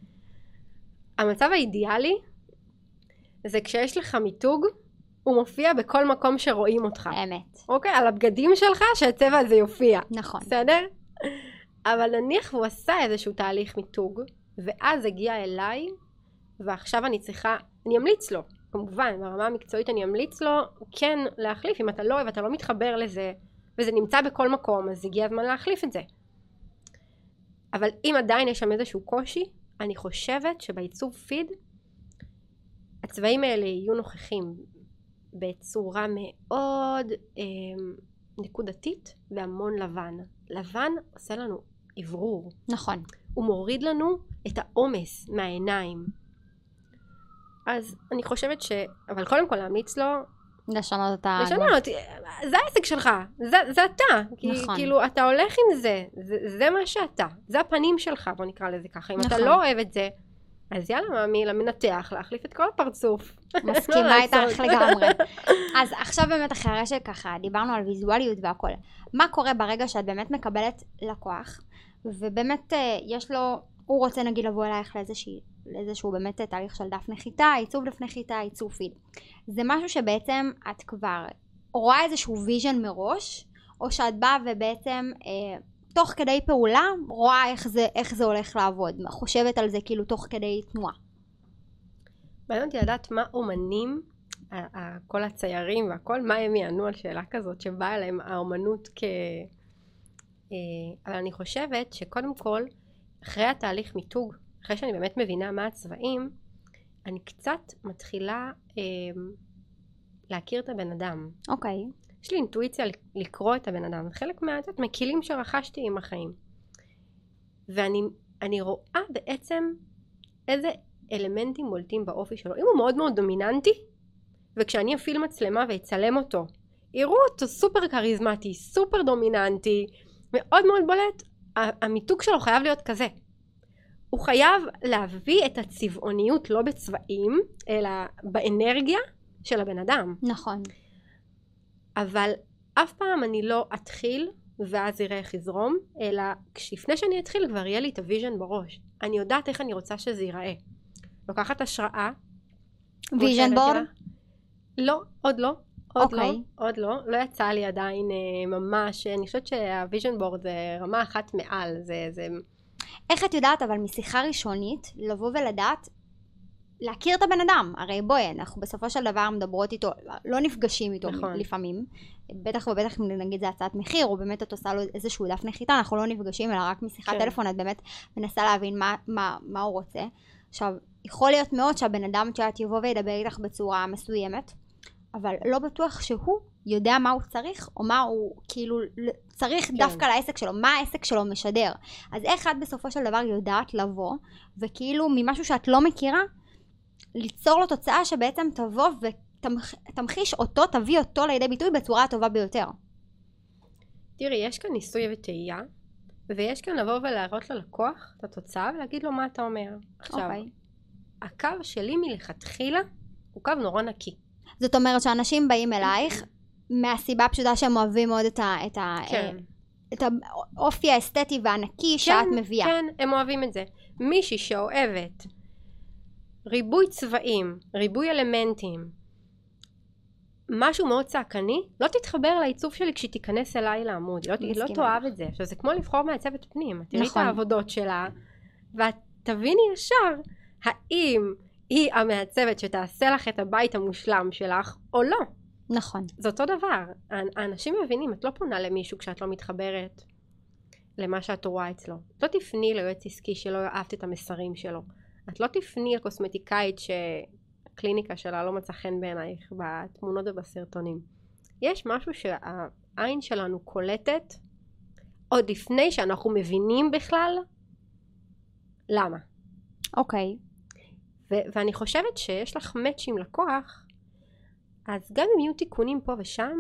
המצב האידיאלי זה כשיש לך מיתוג, הוא מופיע בכל מקום שרואים אותך. אמת. אוקיי? על הבגדים שלך שהצבע הזה יופיע. נכון. בסדר? אבל נניח הוא עשה איזשהו תהליך מיתוג, ואז הגיע אליי, ועכשיו אני צריכה, אני אמליץ לו. כמובן, ברמה המקצועית אני אמליץ לו כן להחליף, אם אתה לא אוהב, אתה לא מתחבר לזה, וזה נמצא בכל מקום, אז הגיע הזמן להחליף את זה. אבל אם עדיין יש שם איזשהו קושי, אני חושבת שבעיצוב פיד, הצבעים האלה יהיו נוכחים בצורה מאוד אה, נקודתית והמון לבן. לבן עושה לנו עברור. נכון. הוא מוריד לנו את העומס מהעיניים. אז אני חושבת ש... אבל קודם כל להמליץ לו... לשנות את ה... לשנות, זה העסק שלך, זה, זה אתה. נכון. כאילו, אתה הולך עם זה, זה, זה מה שאתה. זה הפנים שלך, בוא נקרא לזה ככה. אם נכון. אתה לא אוהב את זה, אז יאללה, מאמי, למנתח, להחליף את כל הפרצוף. מסכימה איתך לגמרי. אז עכשיו באמת אחרי שככה, דיברנו על ויזואליות והכל. מה קורה ברגע שאת באמת מקבלת לקוח, ובאמת יש לו... הוא רוצה נגיד לבוא אלייך לאיזושהי, לאיזשהו באמת תהליך של דף נחיתה, עיצוב דף נחיתה, עיצוב פיד. זה משהו שבעצם את כבר רואה איזשהו ויז'ן מראש, או שאת באה ובעצם אה, תוך כדי פעולה רואה איך זה, איך זה הולך לעבוד, חושבת על זה כאילו תוך כדי תנועה. מעניין אותי לדעת מה אומנים, כל הציירים והכל, מה הם יענו על שאלה כזאת שבאה אליהם האומנות כ... אבל אני חושבת שקודם כל, אחרי התהליך מיתוג, אחרי שאני באמת מבינה מה הצבעים, אני קצת מתחילה אה, להכיר את הבן אדם. אוקיי. Okay. יש לי אינטואיציה לקרוא את הבן אדם. זה חלק מהת, מכלים שרכשתי עם החיים. ואני אני רואה בעצם איזה אלמנטים בולטים באופי שלו. אם הוא מאוד מאוד דומיננטי, וכשאני אפעיל מצלמה ואצלם אותו, יראו אותו סופר קריזמטי, סופר דומיננטי, מאוד מאוד בולט. המיתוג שלו חייב להיות כזה. הוא חייב להביא את הצבעוניות לא בצבעים, אלא באנרגיה של הבן אדם. נכון. אבל אף פעם אני לא אתחיל ואז יראה איך יזרום, אלא לפני שאני אתחיל כבר יהיה לי את הוויז'ן בראש. אני יודעת איך אני רוצה שזה ייראה. לוקחת השראה. ויז'ן בורד? לא, עוד לא. עוד okay. לא, עוד לא, לא יצא לי עדיין אה, ממש, אני חושבת שהוויז'ן בורד זה רמה אחת מעל, זה, זה... איך את יודעת אבל משיחה ראשונית לבוא ולדעת, להכיר את הבן אדם, הרי בואי, אנחנו בסופו של דבר מדברות איתו, לא נפגשים איתו נכון. לפעמים, בטח ובטח אם נגיד זה הצעת מחיר, או באמת את עושה לו איזשהו דף נחיתה, אנחנו לא נפגשים אלא רק משיחת כן. טלפון, את באמת מנסה להבין מה, מה, מה הוא רוצה. עכשיו, יכול להיות מאוד שהבן אדם שאת יבוא וידבר איתך בצורה מסוימת, אבל לא בטוח שהוא יודע מה הוא צריך, או מה הוא כאילו צריך כן. דווקא לעסק שלו, מה העסק שלו משדר. אז איך את בסופו של דבר יודעת לבוא, וכאילו ממשהו שאת לא מכירה, ליצור לו תוצאה שבעצם תבוא ותמחיש אותו, תביא אותו לידי ביטוי בצורה הטובה ביותר. תראי, יש כאן ניסוי וטעייה, ויש כאן לבוא ולהראות ללקוח את התוצאה ולהגיד לו מה אתה אומר. עכשיו, אוקיי. הקו שלי מלכתחילה הוא קו נורא נקי. זאת אומרת שאנשים באים אלייך מהסיבה הפשוטה שהם אוהבים מאוד את ה... את ה כן. את האופי האסתטי והענקי שאת כן, מביאה. כן, הם אוהבים את זה. מישהי שאוהבת ריבוי צבעים, ריבוי אלמנטים, משהו מאוד צעקני, לא תתחבר לעיצוב שלי כשהיא תיכנס אליי לעמוד. לא, היא לא תאהב את זה. עכשיו, זה כמו לבחור מעצבת פנים. תראי נכון. את העבודות שלה, ואת תביני ישר, האם היא המעצבת שתעשה לך את הבית המושלם שלך, או לא. נכון. זה אותו דבר. האנשים מבינים, את לא פונה למישהו כשאת לא מתחברת למה שאת רואה אצלו. את לא תפני ליועץ עסקי שלא אהבת את המסרים שלו. את לא תפני לקוסמטיקאית שהקליניקה שלה לא מצא חן בעינייך בתמונות ובסרטונים. יש משהו שהעין שלנו קולטת עוד לפני שאנחנו מבינים בכלל למה. אוקיי. ו- ואני חושבת שיש לך מאץ' עם לקוח, אז גם אם יהיו תיקונים פה ושם,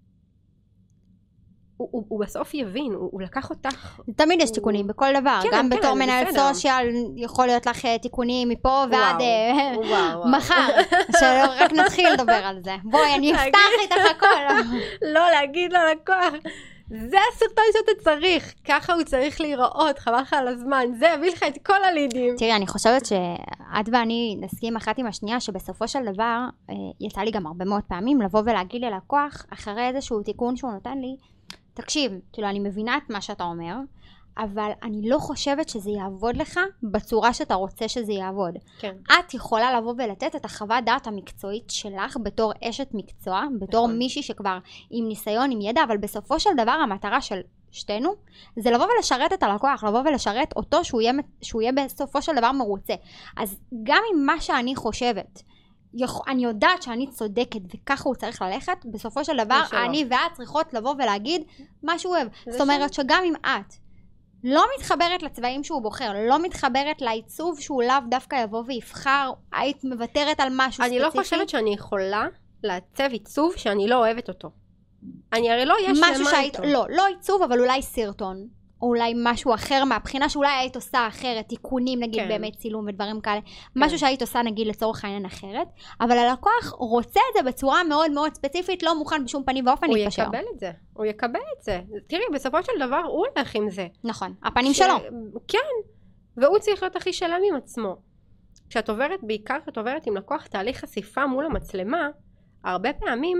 הוא, הוא, הוא בסוף יבין, הוא, הוא לקח אותך. תמיד יש הוא... תיקונים בכל דבר, כן, גם כן, בתור מנהל בסדר. סושיאל יכול להיות לך תיקונים מפה ועד וואו, וואו, וואו. מחר, שרק נתחיל לדבר על זה. בואי, אני אפתח איתך הכל. לא, להגיד ללקוח, זה הסרטון שאתה צריך, ככה הוא צריך להיראות, חבל לך על הזמן, זה יביא לך את כל הלידים. תראי, אני חושבת שאת ואני נסכים אחת עם השנייה, שבסופו של דבר, יצא לי גם הרבה מאוד פעמים לבוא ולהגיד ללקוח, אחרי איזשהו תיקון שהוא נותן לי, תקשיב, כאילו אני מבינה את מה שאתה אומר, אבל אני לא חושבת שזה יעבוד לך בצורה שאתה רוצה שזה יעבוד. כן. את יכולה לבוא ולתת את החוות דעת המקצועית שלך בתור אשת מקצוע, בתור נכון. מישהי שכבר עם ניסיון, עם ידע, אבל בסופו של דבר המטרה של שתינו, זה לבוא ולשרת את הלקוח, לבוא ולשרת אותו שהוא יהיה, שהוא יהיה בסופו של דבר מרוצה. אז גם עם מה שאני חושבת, אני יודעת שאני צודקת וככה הוא צריך ללכת, בסופו של דבר אני ואת צריכות לבוא ולהגיד מה שהוא אוהב. זאת אומרת שגם אם את לא מתחברת לצבעים שהוא בוחר, לא מתחברת לעיצוב שהוא לאו דווקא יבוא ויבחר, היית מוותרת על משהו אני ספציפי. לא חושבת שאני יכולה לעצב עיצוב שאני לא אוהבת אותו. אני הרי לא יש משהו למה שהיית, איתו. לא, לא עיצוב, אבל אולי סרטון. או אולי משהו אחר מהבחינה שאולי היית עושה אחרת, תיקונים נגיד כן. באמת צילום ודברים כאלה, כן. משהו שהיית עושה נגיד לצורך העניין אחרת, אבל הלקוח רוצה את זה בצורה מאוד מאוד ספציפית, לא מוכן בשום פנים ואופן להתפשר. הוא יקבל את זה, הוא יקבל את זה. תראי, בסופו של דבר הוא הולך עם זה. נכון, הפנים ש... שלו. כן, והוא צריך להיות הכי שלם עם עצמו. כשאת עוברת, בעיקר כשאת עוברת עם לקוח תהליך חשיפה מול המצלמה, הרבה פעמים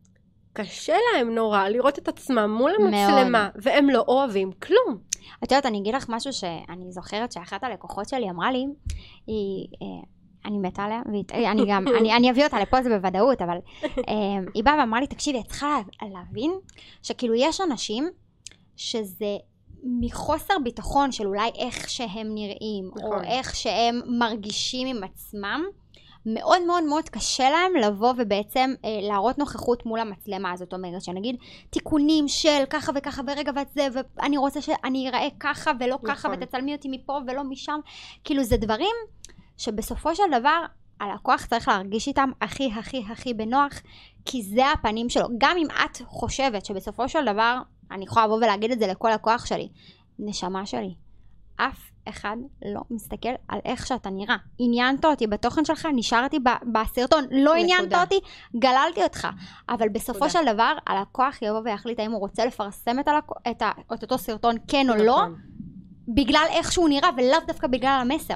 קשה להם נורא לראות את עצמם מול המצלמה, מאוד. והם לא אוהבים כלום. את יודעת, אני אגיד לך משהו שאני זוכרת שאחת הלקוחות שלי אמרה לי, היא, אני מתה עליה, ואני גם, אני, אני אביא אותה לפה זה בוודאות, אבל היא באה ואמרה לי, תקשיבי, את צריכה להבין שכאילו יש אנשים שזה מחוסר ביטחון של אולי איך שהם נראים, נכון. או איך שהם מרגישים עם עצמם, מאוד מאוד מאוד קשה להם לבוא ובעצם אה, להראות נוכחות מול המצלמה. זאת אומרת שנגיד תיקונים של ככה וככה ורגע וזה, ואני רוצה שאני אראה ככה ולא נכון. ככה, ותצלמי אותי מפה ולא משם. כאילו זה דברים שבסופו של דבר הלקוח צריך להרגיש איתם הכי הכי הכי בנוח, כי זה הפנים שלו. גם אם את חושבת שבסופו של דבר, אני יכולה לבוא ולהגיד את זה לכל לקוח שלי, נשמה שלי, אף אחד לא מסתכל על איך שאתה נראה. עניינת אותי בתוכן שלך, נשארתי בסרטון, לא עניינת אותי, גללתי אותך. אבל בסופו נקודה. של דבר, הלקוח יבוא ויחליט האם הוא רוצה לפרסם את, הלקוח, את, ה, את אותו סרטון כן או לא, בגלל איך שהוא נראה, ולאו דווקא בגלל המסר.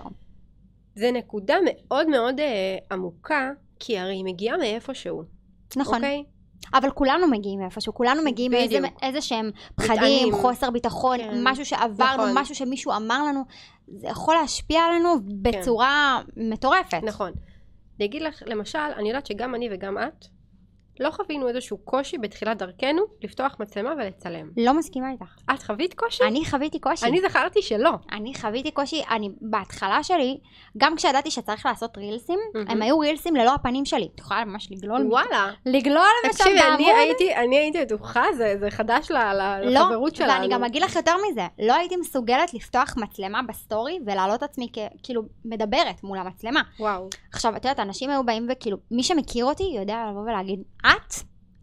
זה נקודה מאוד מאוד אה, עמוקה, כי הרי היא מגיעה מאיפשהו. נכון. אוקיי? אבל כולנו מגיעים מאיפשהו, כולנו מגיעים מאיזה איזה שהם פחדים, מתענים. חוסר ביטחון, כן. משהו שעברנו, נכון. משהו שמישהו אמר לנו, זה יכול להשפיע עלינו בצורה כן. מטורפת. נכון. אני אגיד לך, למשל, אני יודעת שגם אני וגם את, לא חווינו איזשהו קושי בתחילת דרכנו לפתוח מצלמה ולצלם. לא מסכימה איתך. את חווית קושי? אני חוויתי קושי. אני זכרתי שלא. אני חוויתי קושי, אני בהתחלה שלי, גם כשידעתי שצריך לעשות רילסים, mm-hmm. הם היו רילסים ללא הפנים שלי. את יכולה ממש לגלול. וואלה. לגלול למשל בעמוד. תקשיבי, אני הייתי, אני הייתי בטוחה, זה, זה חדש לחברות שלנו. לא, ואני גם אגיד לך יותר מזה. לא הייתי מסוגלת לפתוח מצלמה בסטורי, ולהעלות עצמי כאילו מדברת מול המצלמה. וואו. עכשיו, את יודעת, אנשים היו באים וכאילו, מי שמכיר אותי יודע לבוא ולהגיד, את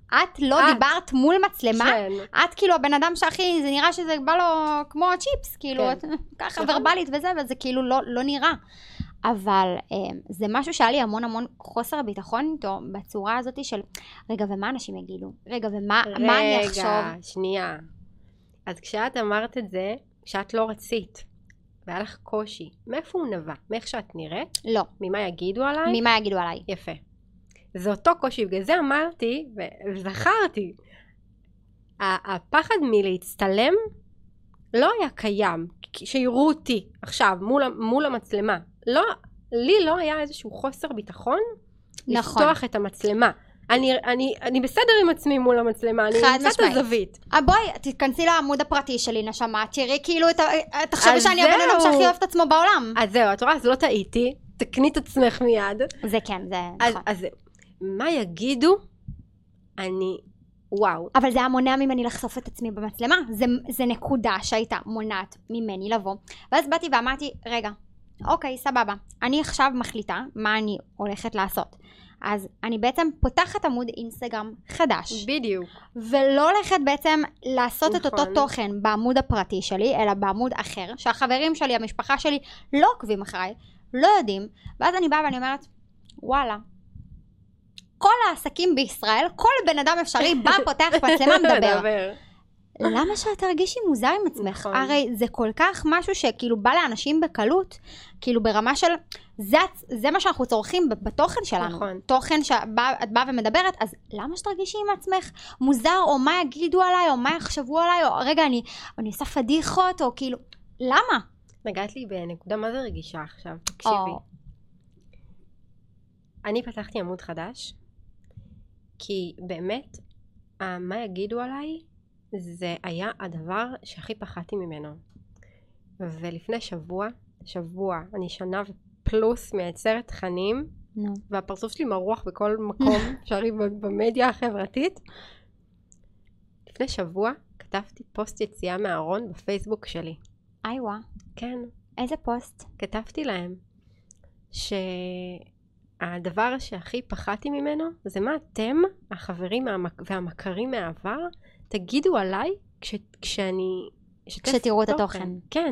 את לא את. דיברת מול מצלמה, כן. את כאילו הבן אדם שהכי, זה נראה שזה בא לו כמו צ'יפס, כאילו, כן. את, ככה נכון. ורבלית וזה, וזה כאילו לא, לא נראה. אבל אה, זה משהו שהיה לי המון המון חוסר ביטחון איתו, בצורה הזאת של, רגע, ומה אנשים יגידו? רגע, ומה מה אני אחשוב? רגע, שנייה. אז כשאת אמרת את זה, כשאת לא רצית, והיה לך קושי, מאיפה הוא נבע? מאיך שאת נראית? לא. ממה יגידו עליי? ממה יגידו עליי? יפה. זה אותו קושי, בגלל זה אמרתי, וזכרתי, הפחד מלהצטלם לא היה קיים, שיראו אותי עכשיו מול, מול המצלמה. לא, לי לא היה איזשהו חוסר ביטחון, נכון. לפתוח את המצלמה. אני, אני, אני בסדר עם עצמי מול המצלמה, אני נמצא את הזווית. אה, בואי, תתכנסי לעמוד הפרטי שלי, נשמה, תראי כאילו, את, תחשבי שאני הבן אדם שהכי אוהב את עצמו בעולם. אז זהו, את רואה, אז לא טעיתי, תקני את עצמך מיד. זה כן, זה אז, נכון. אז מה יגידו? אני, וואו. אבל זה היה מונע ממני לחשוף את עצמי במצלמה, זה, זה נקודה שהייתה מונעת ממני לבוא. ואז באתי ואמרתי, רגע, אוקיי, סבבה, אני עכשיו מחליטה מה אני הולכת לעשות. אז אני בעצם פותחת עמוד אינסטגרם חדש. בדיוק. ולא הולכת בעצם לעשות נכון. את אותו תוכן בעמוד הפרטי שלי, אלא בעמוד אחר, שהחברים שלי, המשפחה שלי, לא עוקבים אחריי, לא יודעים. ואז אני באה ואני אומרת, וואלה, כל העסקים בישראל, כל בן אדם אפשרי בא, פותח מצלמה, מדבר. למה שאת תרגישי מוזר עם עצמך? נכון. הרי זה כל כך משהו שכאילו בא לאנשים בקלות, כאילו ברמה של, זה, זה מה שאנחנו צורכים בתוכן שלנו. נכון. תוכן שאת באה ומדברת, אז למה שתרגישי עם עצמך מוזר, או מה יגידו עליי, או מה יחשבו עליי, או רגע, אני, אני עושה פדיחות, או כאילו, למה? נגעת לי בנקודה, מה זה רגישה עכשיו? תקשיבי. או. אני פתחתי עמוד חדש, כי באמת, מה יגידו עליי, זה היה הדבר שהכי פחדתי ממנו. ולפני שבוע, שבוע, אני שנה ופלוס מייצרת תכנים, no. והפרצוף שלי מרוח בכל מקום אפשרי במדיה החברתית. לפני שבוע כתבתי פוסט יציאה מהארון בפייסבוק שלי. איי וואה. כן. איזה פוסט? כתבתי להם שהדבר שהכי פחדתי ממנו זה מה אתם, החברים והמכרים מהעבר, תגידו עליי כש, כשאני... כשתראו את התוכן. כן.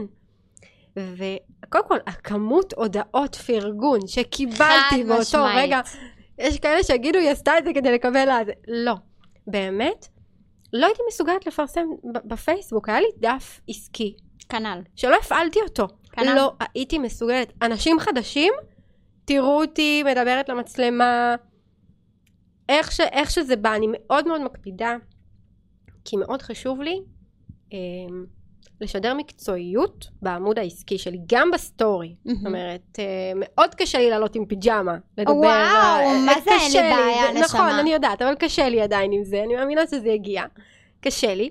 וקודם כל, הכמות הודעות פרגון שקיבלתי באותו משמעית. רגע, יש כאלה שיגידו, היא עשתה את זה כדי לקבל את זה. לא. באמת, לא הייתי מסוגלת לפרסם בפייסבוק. היה לי דף עסקי. כנל. שלא הפעלתי אותו. כנל. לא הייתי מסוגלת. אנשים חדשים, תראו אותי, מדברת למצלמה, איך, ש, איך שזה בא. אני מאוד מאוד מקפידה. כי מאוד חשוב לי אה, לשדר מקצועיות בעמוד העסקי שלי, גם בסטורי. Mm-hmm. זאת אומרת, אה, מאוד קשה לי לעלות עם פיג'מה, לדבר. וואו, אה, מה זה אין לי בעיה, זה, נשמה. נכון, אני יודעת, אבל קשה לי עדיין עם זה, אני מאמינה שזה יגיע. קשה לי.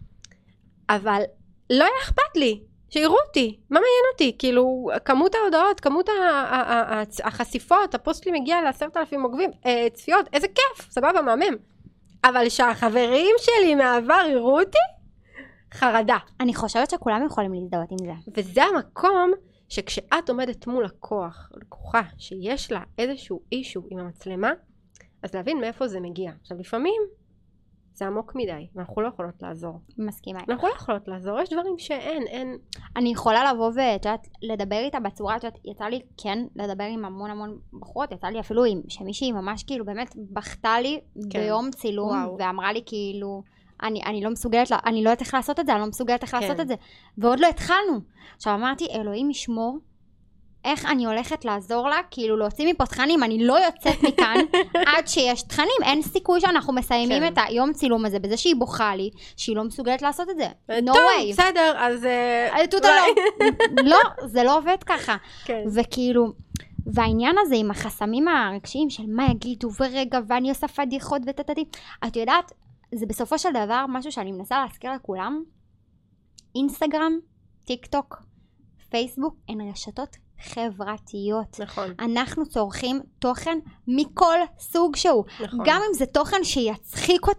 אבל לא היה אכפת לי, שיראו אותי, מה מעניין אותי? כאילו, כמות ההודעות, כמות החשיפות, הפוסט שלי מגיע לעשרת אלפים עוקבים, אה, צפיות, איזה כיף, סבבה, מהמם. אבל שהחברים שלי מהעבר יראו אותי, חרדה. אני חושבת שכולם יכולים להזדהות עם זה. וזה המקום שכשאת עומדת מול לקוח, או לקוחה, שיש לה איזשהו אישו עם המצלמה, אז להבין מאיפה זה מגיע. עכשיו, לפעמים זה עמוק מדי, ואנחנו לא יכולות לעזור. מסכימה. אנחנו לא יכולות לעזור, יש דברים שאין, אין... אני יכולה לבוא ואת לדבר איתה בצורה, את יצא לי כן לדבר עם המון המון בחורות, יצא לי אפילו עם שמישהי ממש כאילו באמת בכתה לי כן. ביום צילום, וואו. ואמרה לי כאילו, אני, אני לא מסוגלת, אני לא יודעת איך לעשות את זה, אני לא מסוגלת איך כן. לעשות את זה, ועוד לא התחלנו. עכשיו אמרתי, אלוהים ישמור, איך אני הולכת לעזור לה, כאילו להוציא מפה תכנים, אני לא יוצאת מכאן עד שיש תכנים, אין סיכוי שאנחנו מסיימים כן. את היום צילום הזה, בזה שהיא בוכה לי, שהיא לא מסוגלת לעשות את זה. No טוב, way. בסדר, אז... תודה לא. לא, זה לא עובד ככה. כן. וכאילו, והעניין הזה עם החסמים הרגשיים של מה יגידו ורגע, ואני עושה פדיחות ותתתי, את יודעת, זה בסופו של דבר משהו שאני מנסה להזכיר לכולם, אינסטגרם, טיק טוק, פייסבוק, הן רשתות חברתיות. נכון. אנחנו צורכים תוכן מכל סוג שהוא. נכון. גם אם זה תוכן שיצחיק אותי,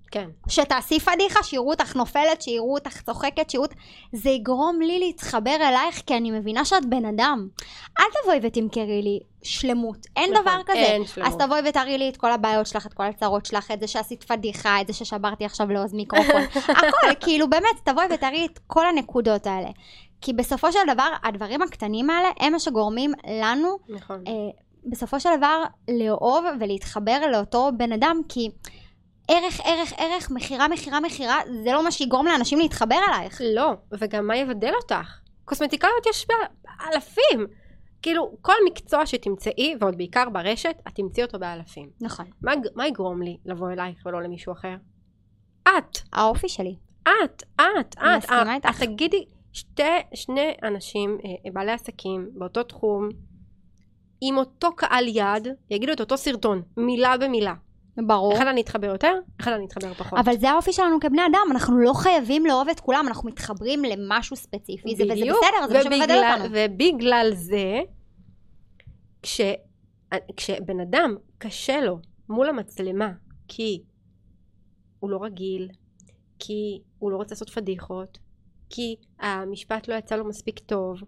כן. שתעשי פדיחה, שיראו אותך נופלת, שיראו אותך צוחקת, שיראו... זה יגרום לי להתחבר אלייך, כי אני מבינה שאת בן אדם. אל תבואי ותמכרי לי שלמות. אין נכון, דבר כזה. אין שלמות. אז תבואי ותראי לי את כל הבעיות שלך, את כל הצרות שלך, את זה שעשית פדיחה, את זה ששברתי עכשיו לעוז מיקרופון. הכל, כאילו באמת, תבואי ותראי את כל הנקודות האלה. כי בסופו של דבר, הדברים הקטנים האלה, הם מה שגורמים לנו, נכון. אה, בסופו של דבר, לאהוב ולהתחבר לאותו בן אדם, כי ערך, ערך, ערך, מחירה, מחירה, מחירה, זה לא מה שיגרום לאנשים להתחבר אלייך. לא, וגם מה יבדל אותך? קוסמטיקאיות יש באלפים. כאילו, כל מקצוע שתמצאי, ועוד בעיקר ברשת, את תמצאי אותו באלפים. נכון. מה, מה יגרום לי לבוא אלייך ולא למישהו אחר? את. האופי שלי. את, את, את. מסכימה איתך. את תגידי, שתי, שני אנשים, בעלי עסקים, באותו תחום, עם אותו קהל יד, יגידו את אותו סרטון, מילה במילה. ברור. אחד אני אתחבר יותר, אחד אני אתחבר פחות. אבל זה האופי שלנו כבני אדם, אנחנו לא חייבים לאהוב את כולם, אנחנו מתחברים למשהו ספציפי, זה, וזה בסדר, זה מה שמבדל אותנו. ובגלל זה, כש, כשבן אדם קשה לו מול המצלמה, כי הוא לא רגיל, כי הוא לא רוצה לעשות פדיחות, כי המשפט לא יצא לו מספיק טוב,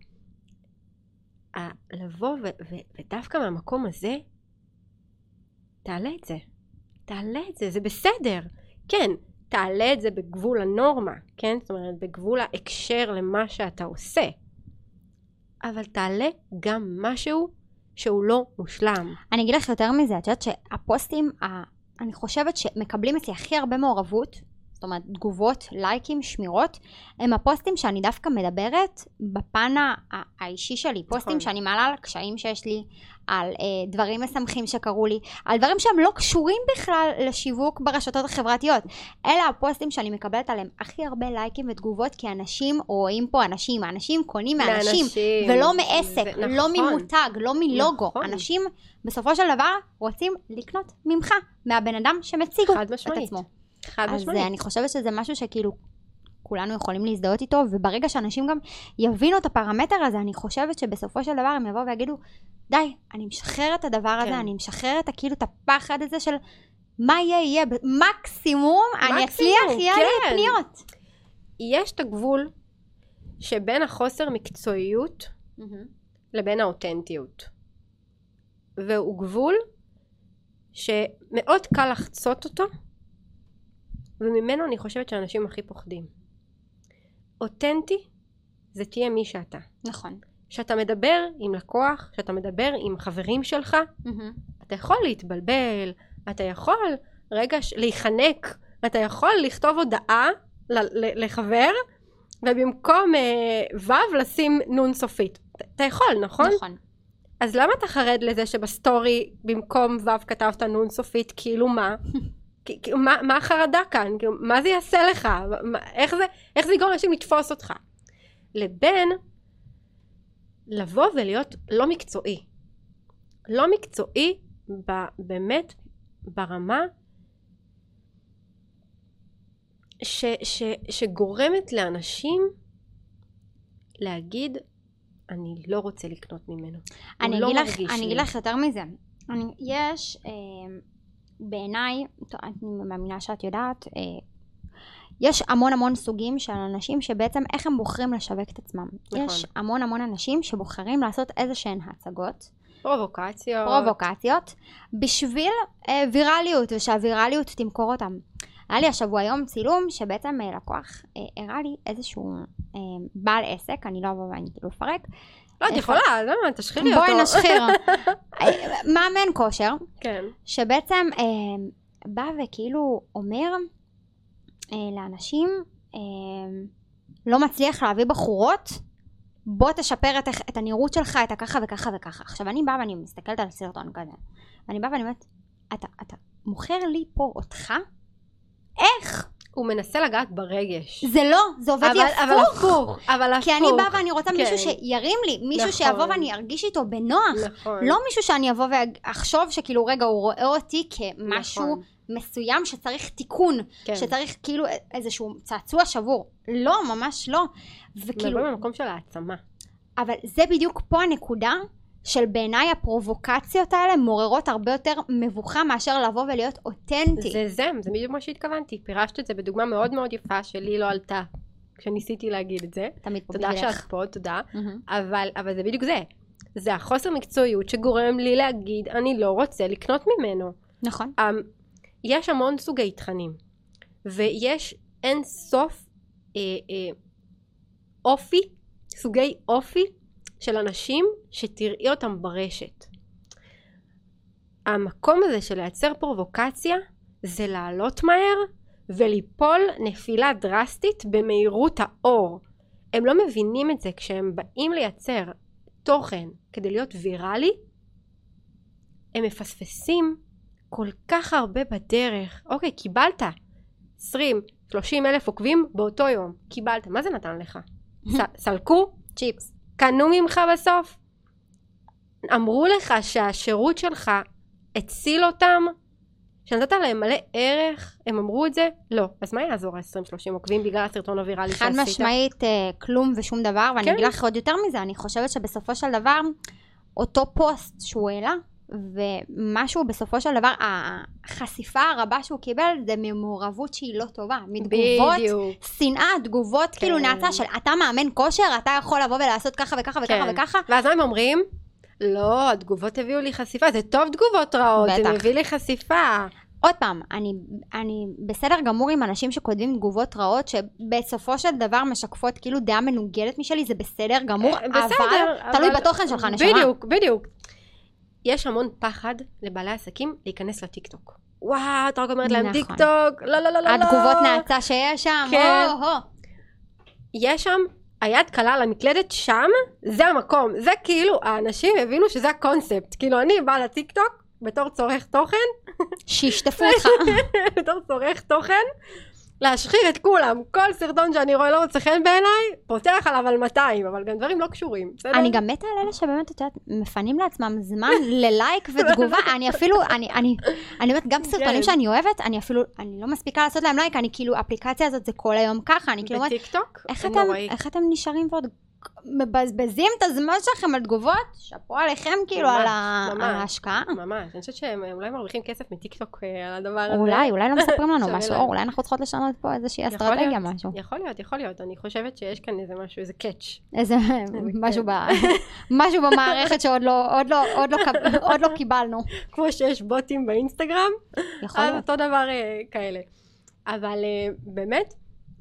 לבוא ו- ו- ודווקא מהמקום הזה, תעלה את זה. תעלה את זה, זה בסדר. כן, תעלה את זה בגבול הנורמה, כן? זאת אומרת, בגבול ההקשר למה שאתה עושה. אבל תעלה גם משהו שהוא לא מושלם. אני אגיד לך יותר מזה, את יודעת שהפוסטים, אני חושבת שמקבלים אצלי הכי הרבה מעורבות, זאת אומרת, תגובות, לייקים, שמירות, הם הפוסטים שאני דווקא מדברת בפן האישי שלי, פוסטים נכון. שאני מעלה על הקשיים שיש לי, על אה, דברים משמחים שקרו לי, על דברים שהם לא קשורים בכלל לשיווק ברשתות החברתיות. אלה הפוסטים שאני מקבלת עליהם הכי הרבה לייקים ותגובות, כי אנשים רואים פה אנשים, האנשים קונים מאנשים, מאנשים. ולא מעסק, זה, נכון. לא ממותג, לא מלוגו. נכון. אנשים בסופו של דבר רוצים לקנות ממך, מהבן אדם שמציג את עצמו. אז אני חושבת שזה משהו שכאילו כולנו יכולים להזדהות איתו, וברגע שאנשים גם יבינו את הפרמטר הזה, אני חושבת שבסופו של דבר הם יבואו ויגידו, די, אני משחרר את הדבר הזה, כן. אני משחרר את כאילו את הפחד הזה של מה יהיה, יהיה, מקסימום, אני אצליח, יהיה כן. לי פניות. יש את הגבול שבין החוסר מקצועיות mm-hmm. לבין האותנטיות. והוא גבול שמאוד קל לחצות אותו, וממנו אני חושבת שאנשים הכי פוחדים. אותנטי זה תהיה מי שאתה. נכון. שאתה מדבר עם לקוח, שאתה מדבר עם חברים שלך, mm-hmm. אתה יכול להתבלבל, אתה יכול רגע ש... להיחנק, אתה יכול לכתוב הודעה ל- לחבר, ובמקום אה, וו לשים נון סופית. אתה יכול, נכון? נכון. אז למה אתה חרד לזה שבסטורי במקום וו כתבת נון סופית, כאילו מה? מה, מה החרדה כאן? מה זה יעשה לך? מה, איך זה, איך זה יגרום לאנשים לתפוס אותך? לבין לבוא ולהיות לא מקצועי. לא מקצועי ב, באמת ברמה ש, ש, שגורמת לאנשים להגיד, אני לא רוצה לקנות ממנו. אני אגיד, לא לך, אני אגיד לך יותר מזה. אני, יש... אה, בעיניי, אני מאמינה שאת יודעת, יש המון המון סוגים של אנשים שבעצם איך הם בוחרים לשווק את עצמם. נכון. יש המון המון אנשים שבוחרים לעשות איזה שהן הצגות. פרובוקציות. פרובוקציות, בשביל אה, ויראליות, ושהוויראליות תמכור אותם. היה לי השבוע היום צילום שבעצם לקוח אה, הראה לי איזשהו אה, בעל עסק, אני לא אבוא ואני כאילו אפרק, לא, את יכולה, למה? תשחירי אותו. בואי נשחיר. מאמן כושר, כן. שבעצם אה, בא וכאילו אומר אה, לאנשים, אה, לא מצליח להביא בחורות, בוא תשפר את, את הנראות שלך, את הככה וככה וככה. עכשיו אני באה ואני מסתכלת על סרטון כזה, ואני באה ואני אומרת, אתה, אתה מוכר לי פה אותך? איך? הוא מנסה לגעת ברגש. זה לא, זה עובד לי הפוך. אבל הפוך, אבל הפוך. כי אני באה ואני רוצה מישהו שירים לי, מישהו שיבוא ואני ארגיש איתו בנוח. לא מישהו שאני אבוא ואחשוב שכאילו רגע הוא רואה אותי כמשהו מסוים שצריך תיקון, שצריך כאילו איזשהו צעצוע שבור. לא, ממש לא. וכאילו... נבוא במקום של העצמה. אבל זה בדיוק פה הנקודה של בעיניי הפרובוקציות האלה מעוררות הרבה יותר מבוכה מאשר לבוא ולהיות אותנטי. זה זה, זה בדיוק מה שהתכוונתי. פירשת את זה בדוגמה מאוד מאוד יפה שלי לא עלתה כשניסיתי להגיד את זה. תמיד פה תודה בשבילך. שאת פה, תודה. Mm-hmm. אבל, אבל זה בדיוק זה. זה החוסר מקצועיות שגורם לי להגיד, אני לא רוצה לקנות ממנו. נכון. Um, יש המון סוגי תכנים, ויש אין סוף אה, אה, אופי, סוגי אופי של אנשים שתראי אותם ברשת. המקום הזה של לייצר פרובוקציה זה לעלות מהר וליפול נפילה דרסטית במהירות האור. הם לא מבינים את זה כשהם באים לייצר תוכן כדי להיות ויראלי, הם מפספסים כל כך הרבה בדרך. אוקיי, קיבלת עשרים שלושים אלף עוקבים באותו יום, קיבלת, מה זה נתן לך? ס- סלקו? צ'יפס. קנו ממך בסוף? אמרו לך שהשירות שלך הציל אותם? שנתת להם מלא ערך? הם אמרו את זה? לא. אז מה יעזור ה-עשרים שלושים עוקבים בגלל הסרטון הוויראלי שעשית? חד משמעית אה, כלום ושום דבר, ואני כן. אגיד לך עוד יותר מזה, אני חושבת שבסופו של דבר, אותו פוסט שהוא העלה, ומשהו בסופו של דבר, החשיפה הרבה שהוא קיבל, זה ממעורבות שהיא לא טובה. מתגובות, בדיוק. שנאה, תגובות, כן. כאילו נאצה של אתה מאמן כושר, אתה יכול לבוא ולעשות ככה וככה וככה כן. וככה. ואז מה הם אומרים? לא, התגובות הביאו לי חשיפה, זה טוב תגובות רעות, זה בטח. מביא לי חשיפה. עוד פעם, אני, אני בסדר גמור עם אנשים שכותבים תגובות רעות, שבסופו של דבר משקפות כאילו דעה מנוגדת משלי, זה בסדר גמור, אה, בסדר, אבל תלוי אבל- בתוכן שלך, נשמה. בדיוק, בדיוק. יש המון פחד לבעלי עסקים להיכנס לטיקטוק. וואו, אתה רק אומרת להם נכון. טיקטוק, לא, לא, לא, לא. התגובות נאצה שיש שם, כן. הו, הו. יש שם, היד קלה על המקלדת שם, זה המקום. זה כאילו, האנשים הבינו שזה הקונספט. כאילו, אני באה לטיקטוק בתור צורך תוכן, שישטפו אותך. בתור צורך תוכן, להשחיר את כולם. כל סרטון שאני רואה לא רוצה חן בעיניי, פותח עליו על מאתיים, אבל גם דברים לא קשורים. בסדר? אני גם מתה על אלה שבאמת, את יודעת, מפנים לעצמם זמן ללייק ותגובה. אני אפילו, אני, אני, אני אומרת, גם סרטונים כן. שאני אוהבת, אני אפילו, אני לא מספיקה לעשות להם לייק, אני כאילו, האפליקציה הזאת זה כל היום ככה, אני כאילו אומרת, בטיקטוק? איך זה אתם, נוראי. איך אתם נשארים ועוד מבזבזים את הזמן שלכם על תגובות? שאפו עליכם כאילו ממש, על ה- ממש. על ההשקעה. ממש, אני חושבת שהם אולי מרוויחים כסף מטיקטוק אה, על הדבר הזה. אולי, אולי לא מספרים לנו שווה משהו, להם. או אולי אנחנו צריכות לשנות פה איזושהי יכול אסטרטגיה, להיות, משהו. יכול להיות, יכול להיות. אני חושבת שיש כאן איזה משהו, איזה קאץ'. איזה משהו ב- משהו במערכת שעוד לא, עוד לא, עוד לא קב- עוד לא קיבלנו. כמו שיש בוטים באינסטגרם, יכול אז להיות. אותו דבר אה, כאלה. אבל אה, באמת,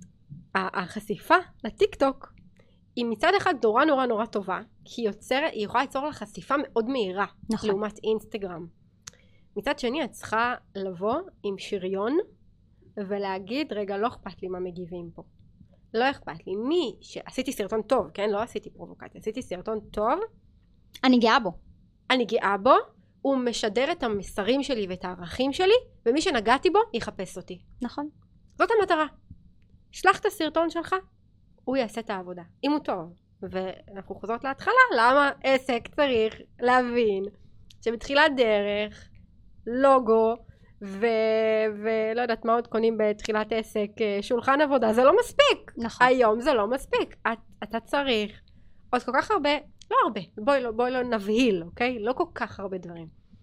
ה- החשיפה לטיקטוק היא מצד אחד נורא נורא נורא טובה, כי היא, יוצר, היא יכולה ליצור לה חשיפה מאוד מהירה, נכון. לעומת אינסטגרם. מצד שני, את צריכה לבוא עם שריון ולהגיד, רגע, לא אכפת לי מה מגיבים פה. לא אכפת לי. מי שעשיתי סרטון טוב, כן? לא עשיתי פרובוקציה, עשיתי סרטון טוב, אני גאה בו. אני גאה בו, הוא משדר את המסרים שלי ואת הערכים שלי, ומי שנגעתי בו יחפש אותי. נכון. זאת המטרה. שלח את הסרטון שלך, הוא יעשה את העבודה. אם הוא טוב. ואנחנו חוזרות להתחלה, למה עסק צריך להבין שבתחילת דרך, לוגו, ו... ולא יודעת מה עוד קונים בתחילת עסק, שולחן עבודה, זה לא מספיק. נכון. היום זה לא מספיק. את, אתה צריך עוד כל כך הרבה, לא הרבה, בואי לא, בואי לא נבהיל, אוקיי? לא כל כך הרבה דברים.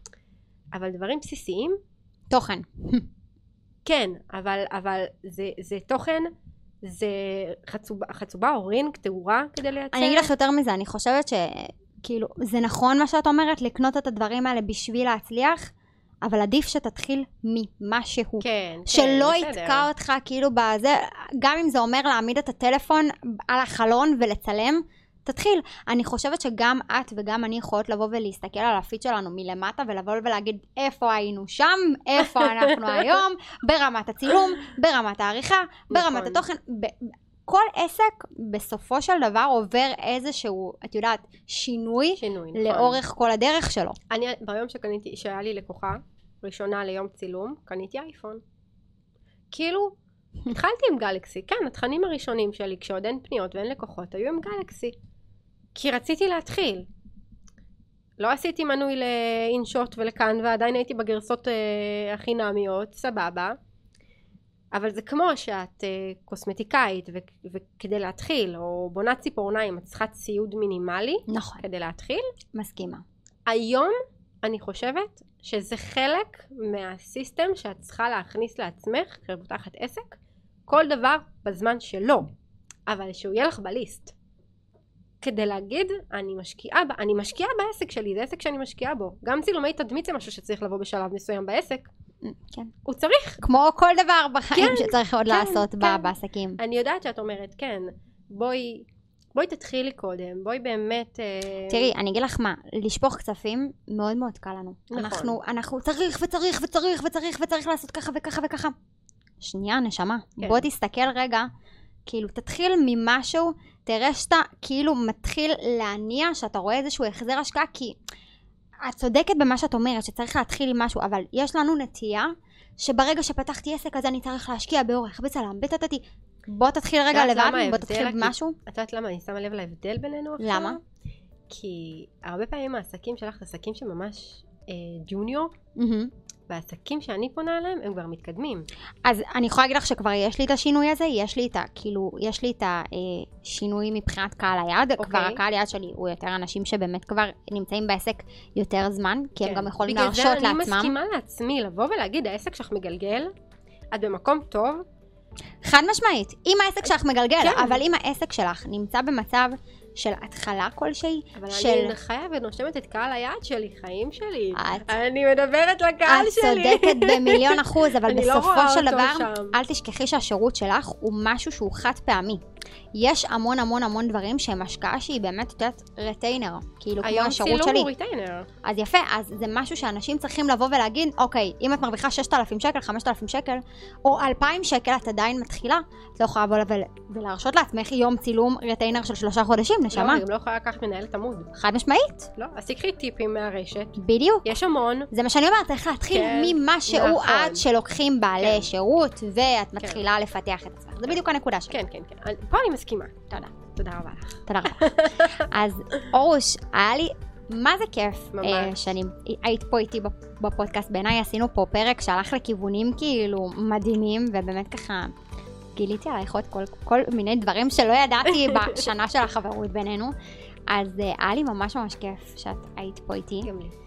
אבל דברים בסיסיים, תוכן. כן, אבל, אבל זה, זה תוכן, זה חצובה, חצובה או רינג, תאורה כדי לייצר. אני אגיד לך יותר מזה, אני חושבת שכאילו, זה נכון מה שאת אומרת, לקנות את הדברים האלה בשביל להצליח, אבל עדיף שתתחיל ממשהו. כן, שלא כן, בסדר. יתקע אותך כאילו בזה, גם אם זה אומר להעמיד את הטלפון על החלון ולצלם, תתחיל. אני חושבת שגם את וגם אני יכולות לבוא ולהסתכל על הפיד שלנו מלמטה ולבוא ולהגיד איפה היינו שם, איפה אנחנו היום, ברמת הצילום, ברמת העריכה, ברמת נכון. התוכן. ב- כל עסק בסופו של דבר עובר איזשהו, את יודעת, שינוי, שינוי, נכון. לאורך כל הדרך שלו. אני, ביום שקניתי, שהיה לי לקוחה ראשונה ליום צילום, קניתי אייפון. כאילו, התחלתי עם גלקסי. כן, התכנים הראשונים שלי, כשעוד אין פניות ואין לקוחות, היו עם גלקסי. כי רציתי להתחיל. לא עשיתי מנוי לאינשוט ולכאן, ועדיין הייתי בגרסות אה, החינמיות, סבבה. אבל זה כמו שאת אה, קוסמטיקאית, ו- וכדי להתחיל, או בונת ציפורניים, את צריכה ציוד מינימלי, נכון, כדי להתחיל. מסכימה. היום אני חושבת שזה חלק מהסיסטם שאת צריכה להכניס לעצמך כשאת פותחת עסק, כל דבר בזמן שלו, אבל שהוא יהיה לך בליסט. כדי להגיד, אני משקיעה, אני משקיעה בעסק שלי, זה עסק שאני משקיעה בו. גם צילומי תדמית זה משהו שצריך לבוא בשלב מסוים בעסק. כן. הוא צריך. כמו כל דבר בחיים כן, שצריך עוד כן, לעשות כן. בעסקים. אני יודעת שאת אומרת, כן, בואי, בואי תתחילי קודם, בואי באמת... תראי, אני אגיד לך מה, לשפוך כספים מאוד מאוד קל לנו. נכון. אנחנו, אנחנו צריך וצריך וצריך וצריך וצריך לעשות ככה וככה וככה. שנייה, נשמה, כן. בוא תסתכל רגע, כאילו תתחיל ממשהו, תראה שאתה כאילו מתחיל להניע, שאתה רואה איזשהו החזר השקעה, כי את צודקת במה שאת אומרת, שצריך להתחיל עם משהו, אבל יש לנו נטייה, שברגע שפתחתי עסק אז אני צריך להשקיע באורך, בצלם, בטטטי. בוא תתחיל רגע לבד, בוא תתחיל במשהו. את יודעת למה אני שמה לב להבדל בינינו עכשיו? למה? כי הרבה פעמים העסקים שלך, עסקים שממש אה, ג'וניור, והעסקים שאני פונה עליהם הם כבר מתקדמים. אז אני יכולה להגיד לך שכבר יש לי את השינוי הזה, יש לי את ה, כאילו, יש לי את השינוי מבחינת קהל היעד, okay. כבר הקהל היעד שלי הוא יותר אנשים שבאמת כבר נמצאים בעסק יותר זמן, כי כן. הם גם יכולים להרשות לעצמם. בגלל זה אני מסכימה לעצמי לבוא ולהגיד, העסק שלך מגלגל, את במקום טוב. חד משמעית, אם העסק שלך מגלגל, כן. אבל אם העסק שלך נמצא במצב של התחלה כלשהי, אבל של... אני חיה ונושמת את קהל היעד שלי, חיים שלי. את... אני מדברת לקהל את שלי. את צודקת במיליון אחוז, אבל בסופו לא של דבר, שם. אל תשכחי שהשירות שלך הוא משהו שהוא חד פעמי. יש המון המון המון דברים שהם השקעה שהיא באמת יודעת רטיינר, כאילו כמו השירות שלי. היום צילום הוא ריטיינר. אז יפה, אז זה משהו שאנשים צריכים לבוא ולהגיד, אוקיי, אם את מרוויחה ששת אלפים שקל, חמשת אלפים שקל, או אלפיים שקל, את עדיין מתחילה, את לא יכולה לבוא ולהרשות לעצמך יום צילום רטיינר של שלושה חודשים, נשמה. לא, אני גם לא יכולה לקחת מנהלת עמוד. חד משמעית. לא, אז תקחי טיפים מהרשת. בדיוק. יש המון. זה מה שאני אומרת, צריך להתחיל כן, ממה שהוא נכון. עד שלוקחים בעלי כן. שירות, ואת מתחילה לפתח את עצמך. זה בדיוק הנקודה שלי. כן, כן, כן. פה אני מסכימה. תודה. תודה רבה לך. תודה רבה. אז אורוש, היה לי, מה זה כיף ממש. שאני היית פה איתי בפודקאסט. בעיניי עשינו פה פרק שהלך לכיוונים כאילו מדהימים, ובאמת ככה גיליתי עלייך עוד כל, כל מיני דברים שלא ידעתי בשנה של החברות בינינו. אז היה לי ממש ממש כיף שאת היית פה איתי. גם לי.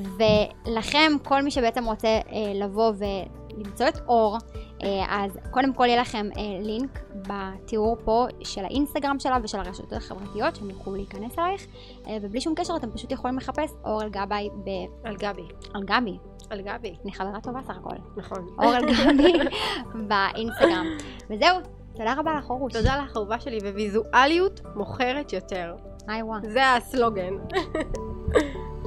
ולכם, כל מי שבעצם רוצה אה, לבוא ולמצוא את אור, אה, אז קודם כל יהיה לכם אה, לינק בתיאור פה של האינסטגרם שלה ושל הרשתות החברתיות שהם יוכלו להיכנס אלייך, אה, ובלי שום קשר אתם פשוט יכולים לחפש אור אלגבי ב... אלגבי. אלגבי. אלגבי. אני חברה טובה סך הכל. נכון. אור אלגבי באינסטגרם. וזהו, תודה רבה לך אורוש. תודה לך אהובה שלי, וויזואליות מוכרת יותר. היי וואו. זה הסלוגן.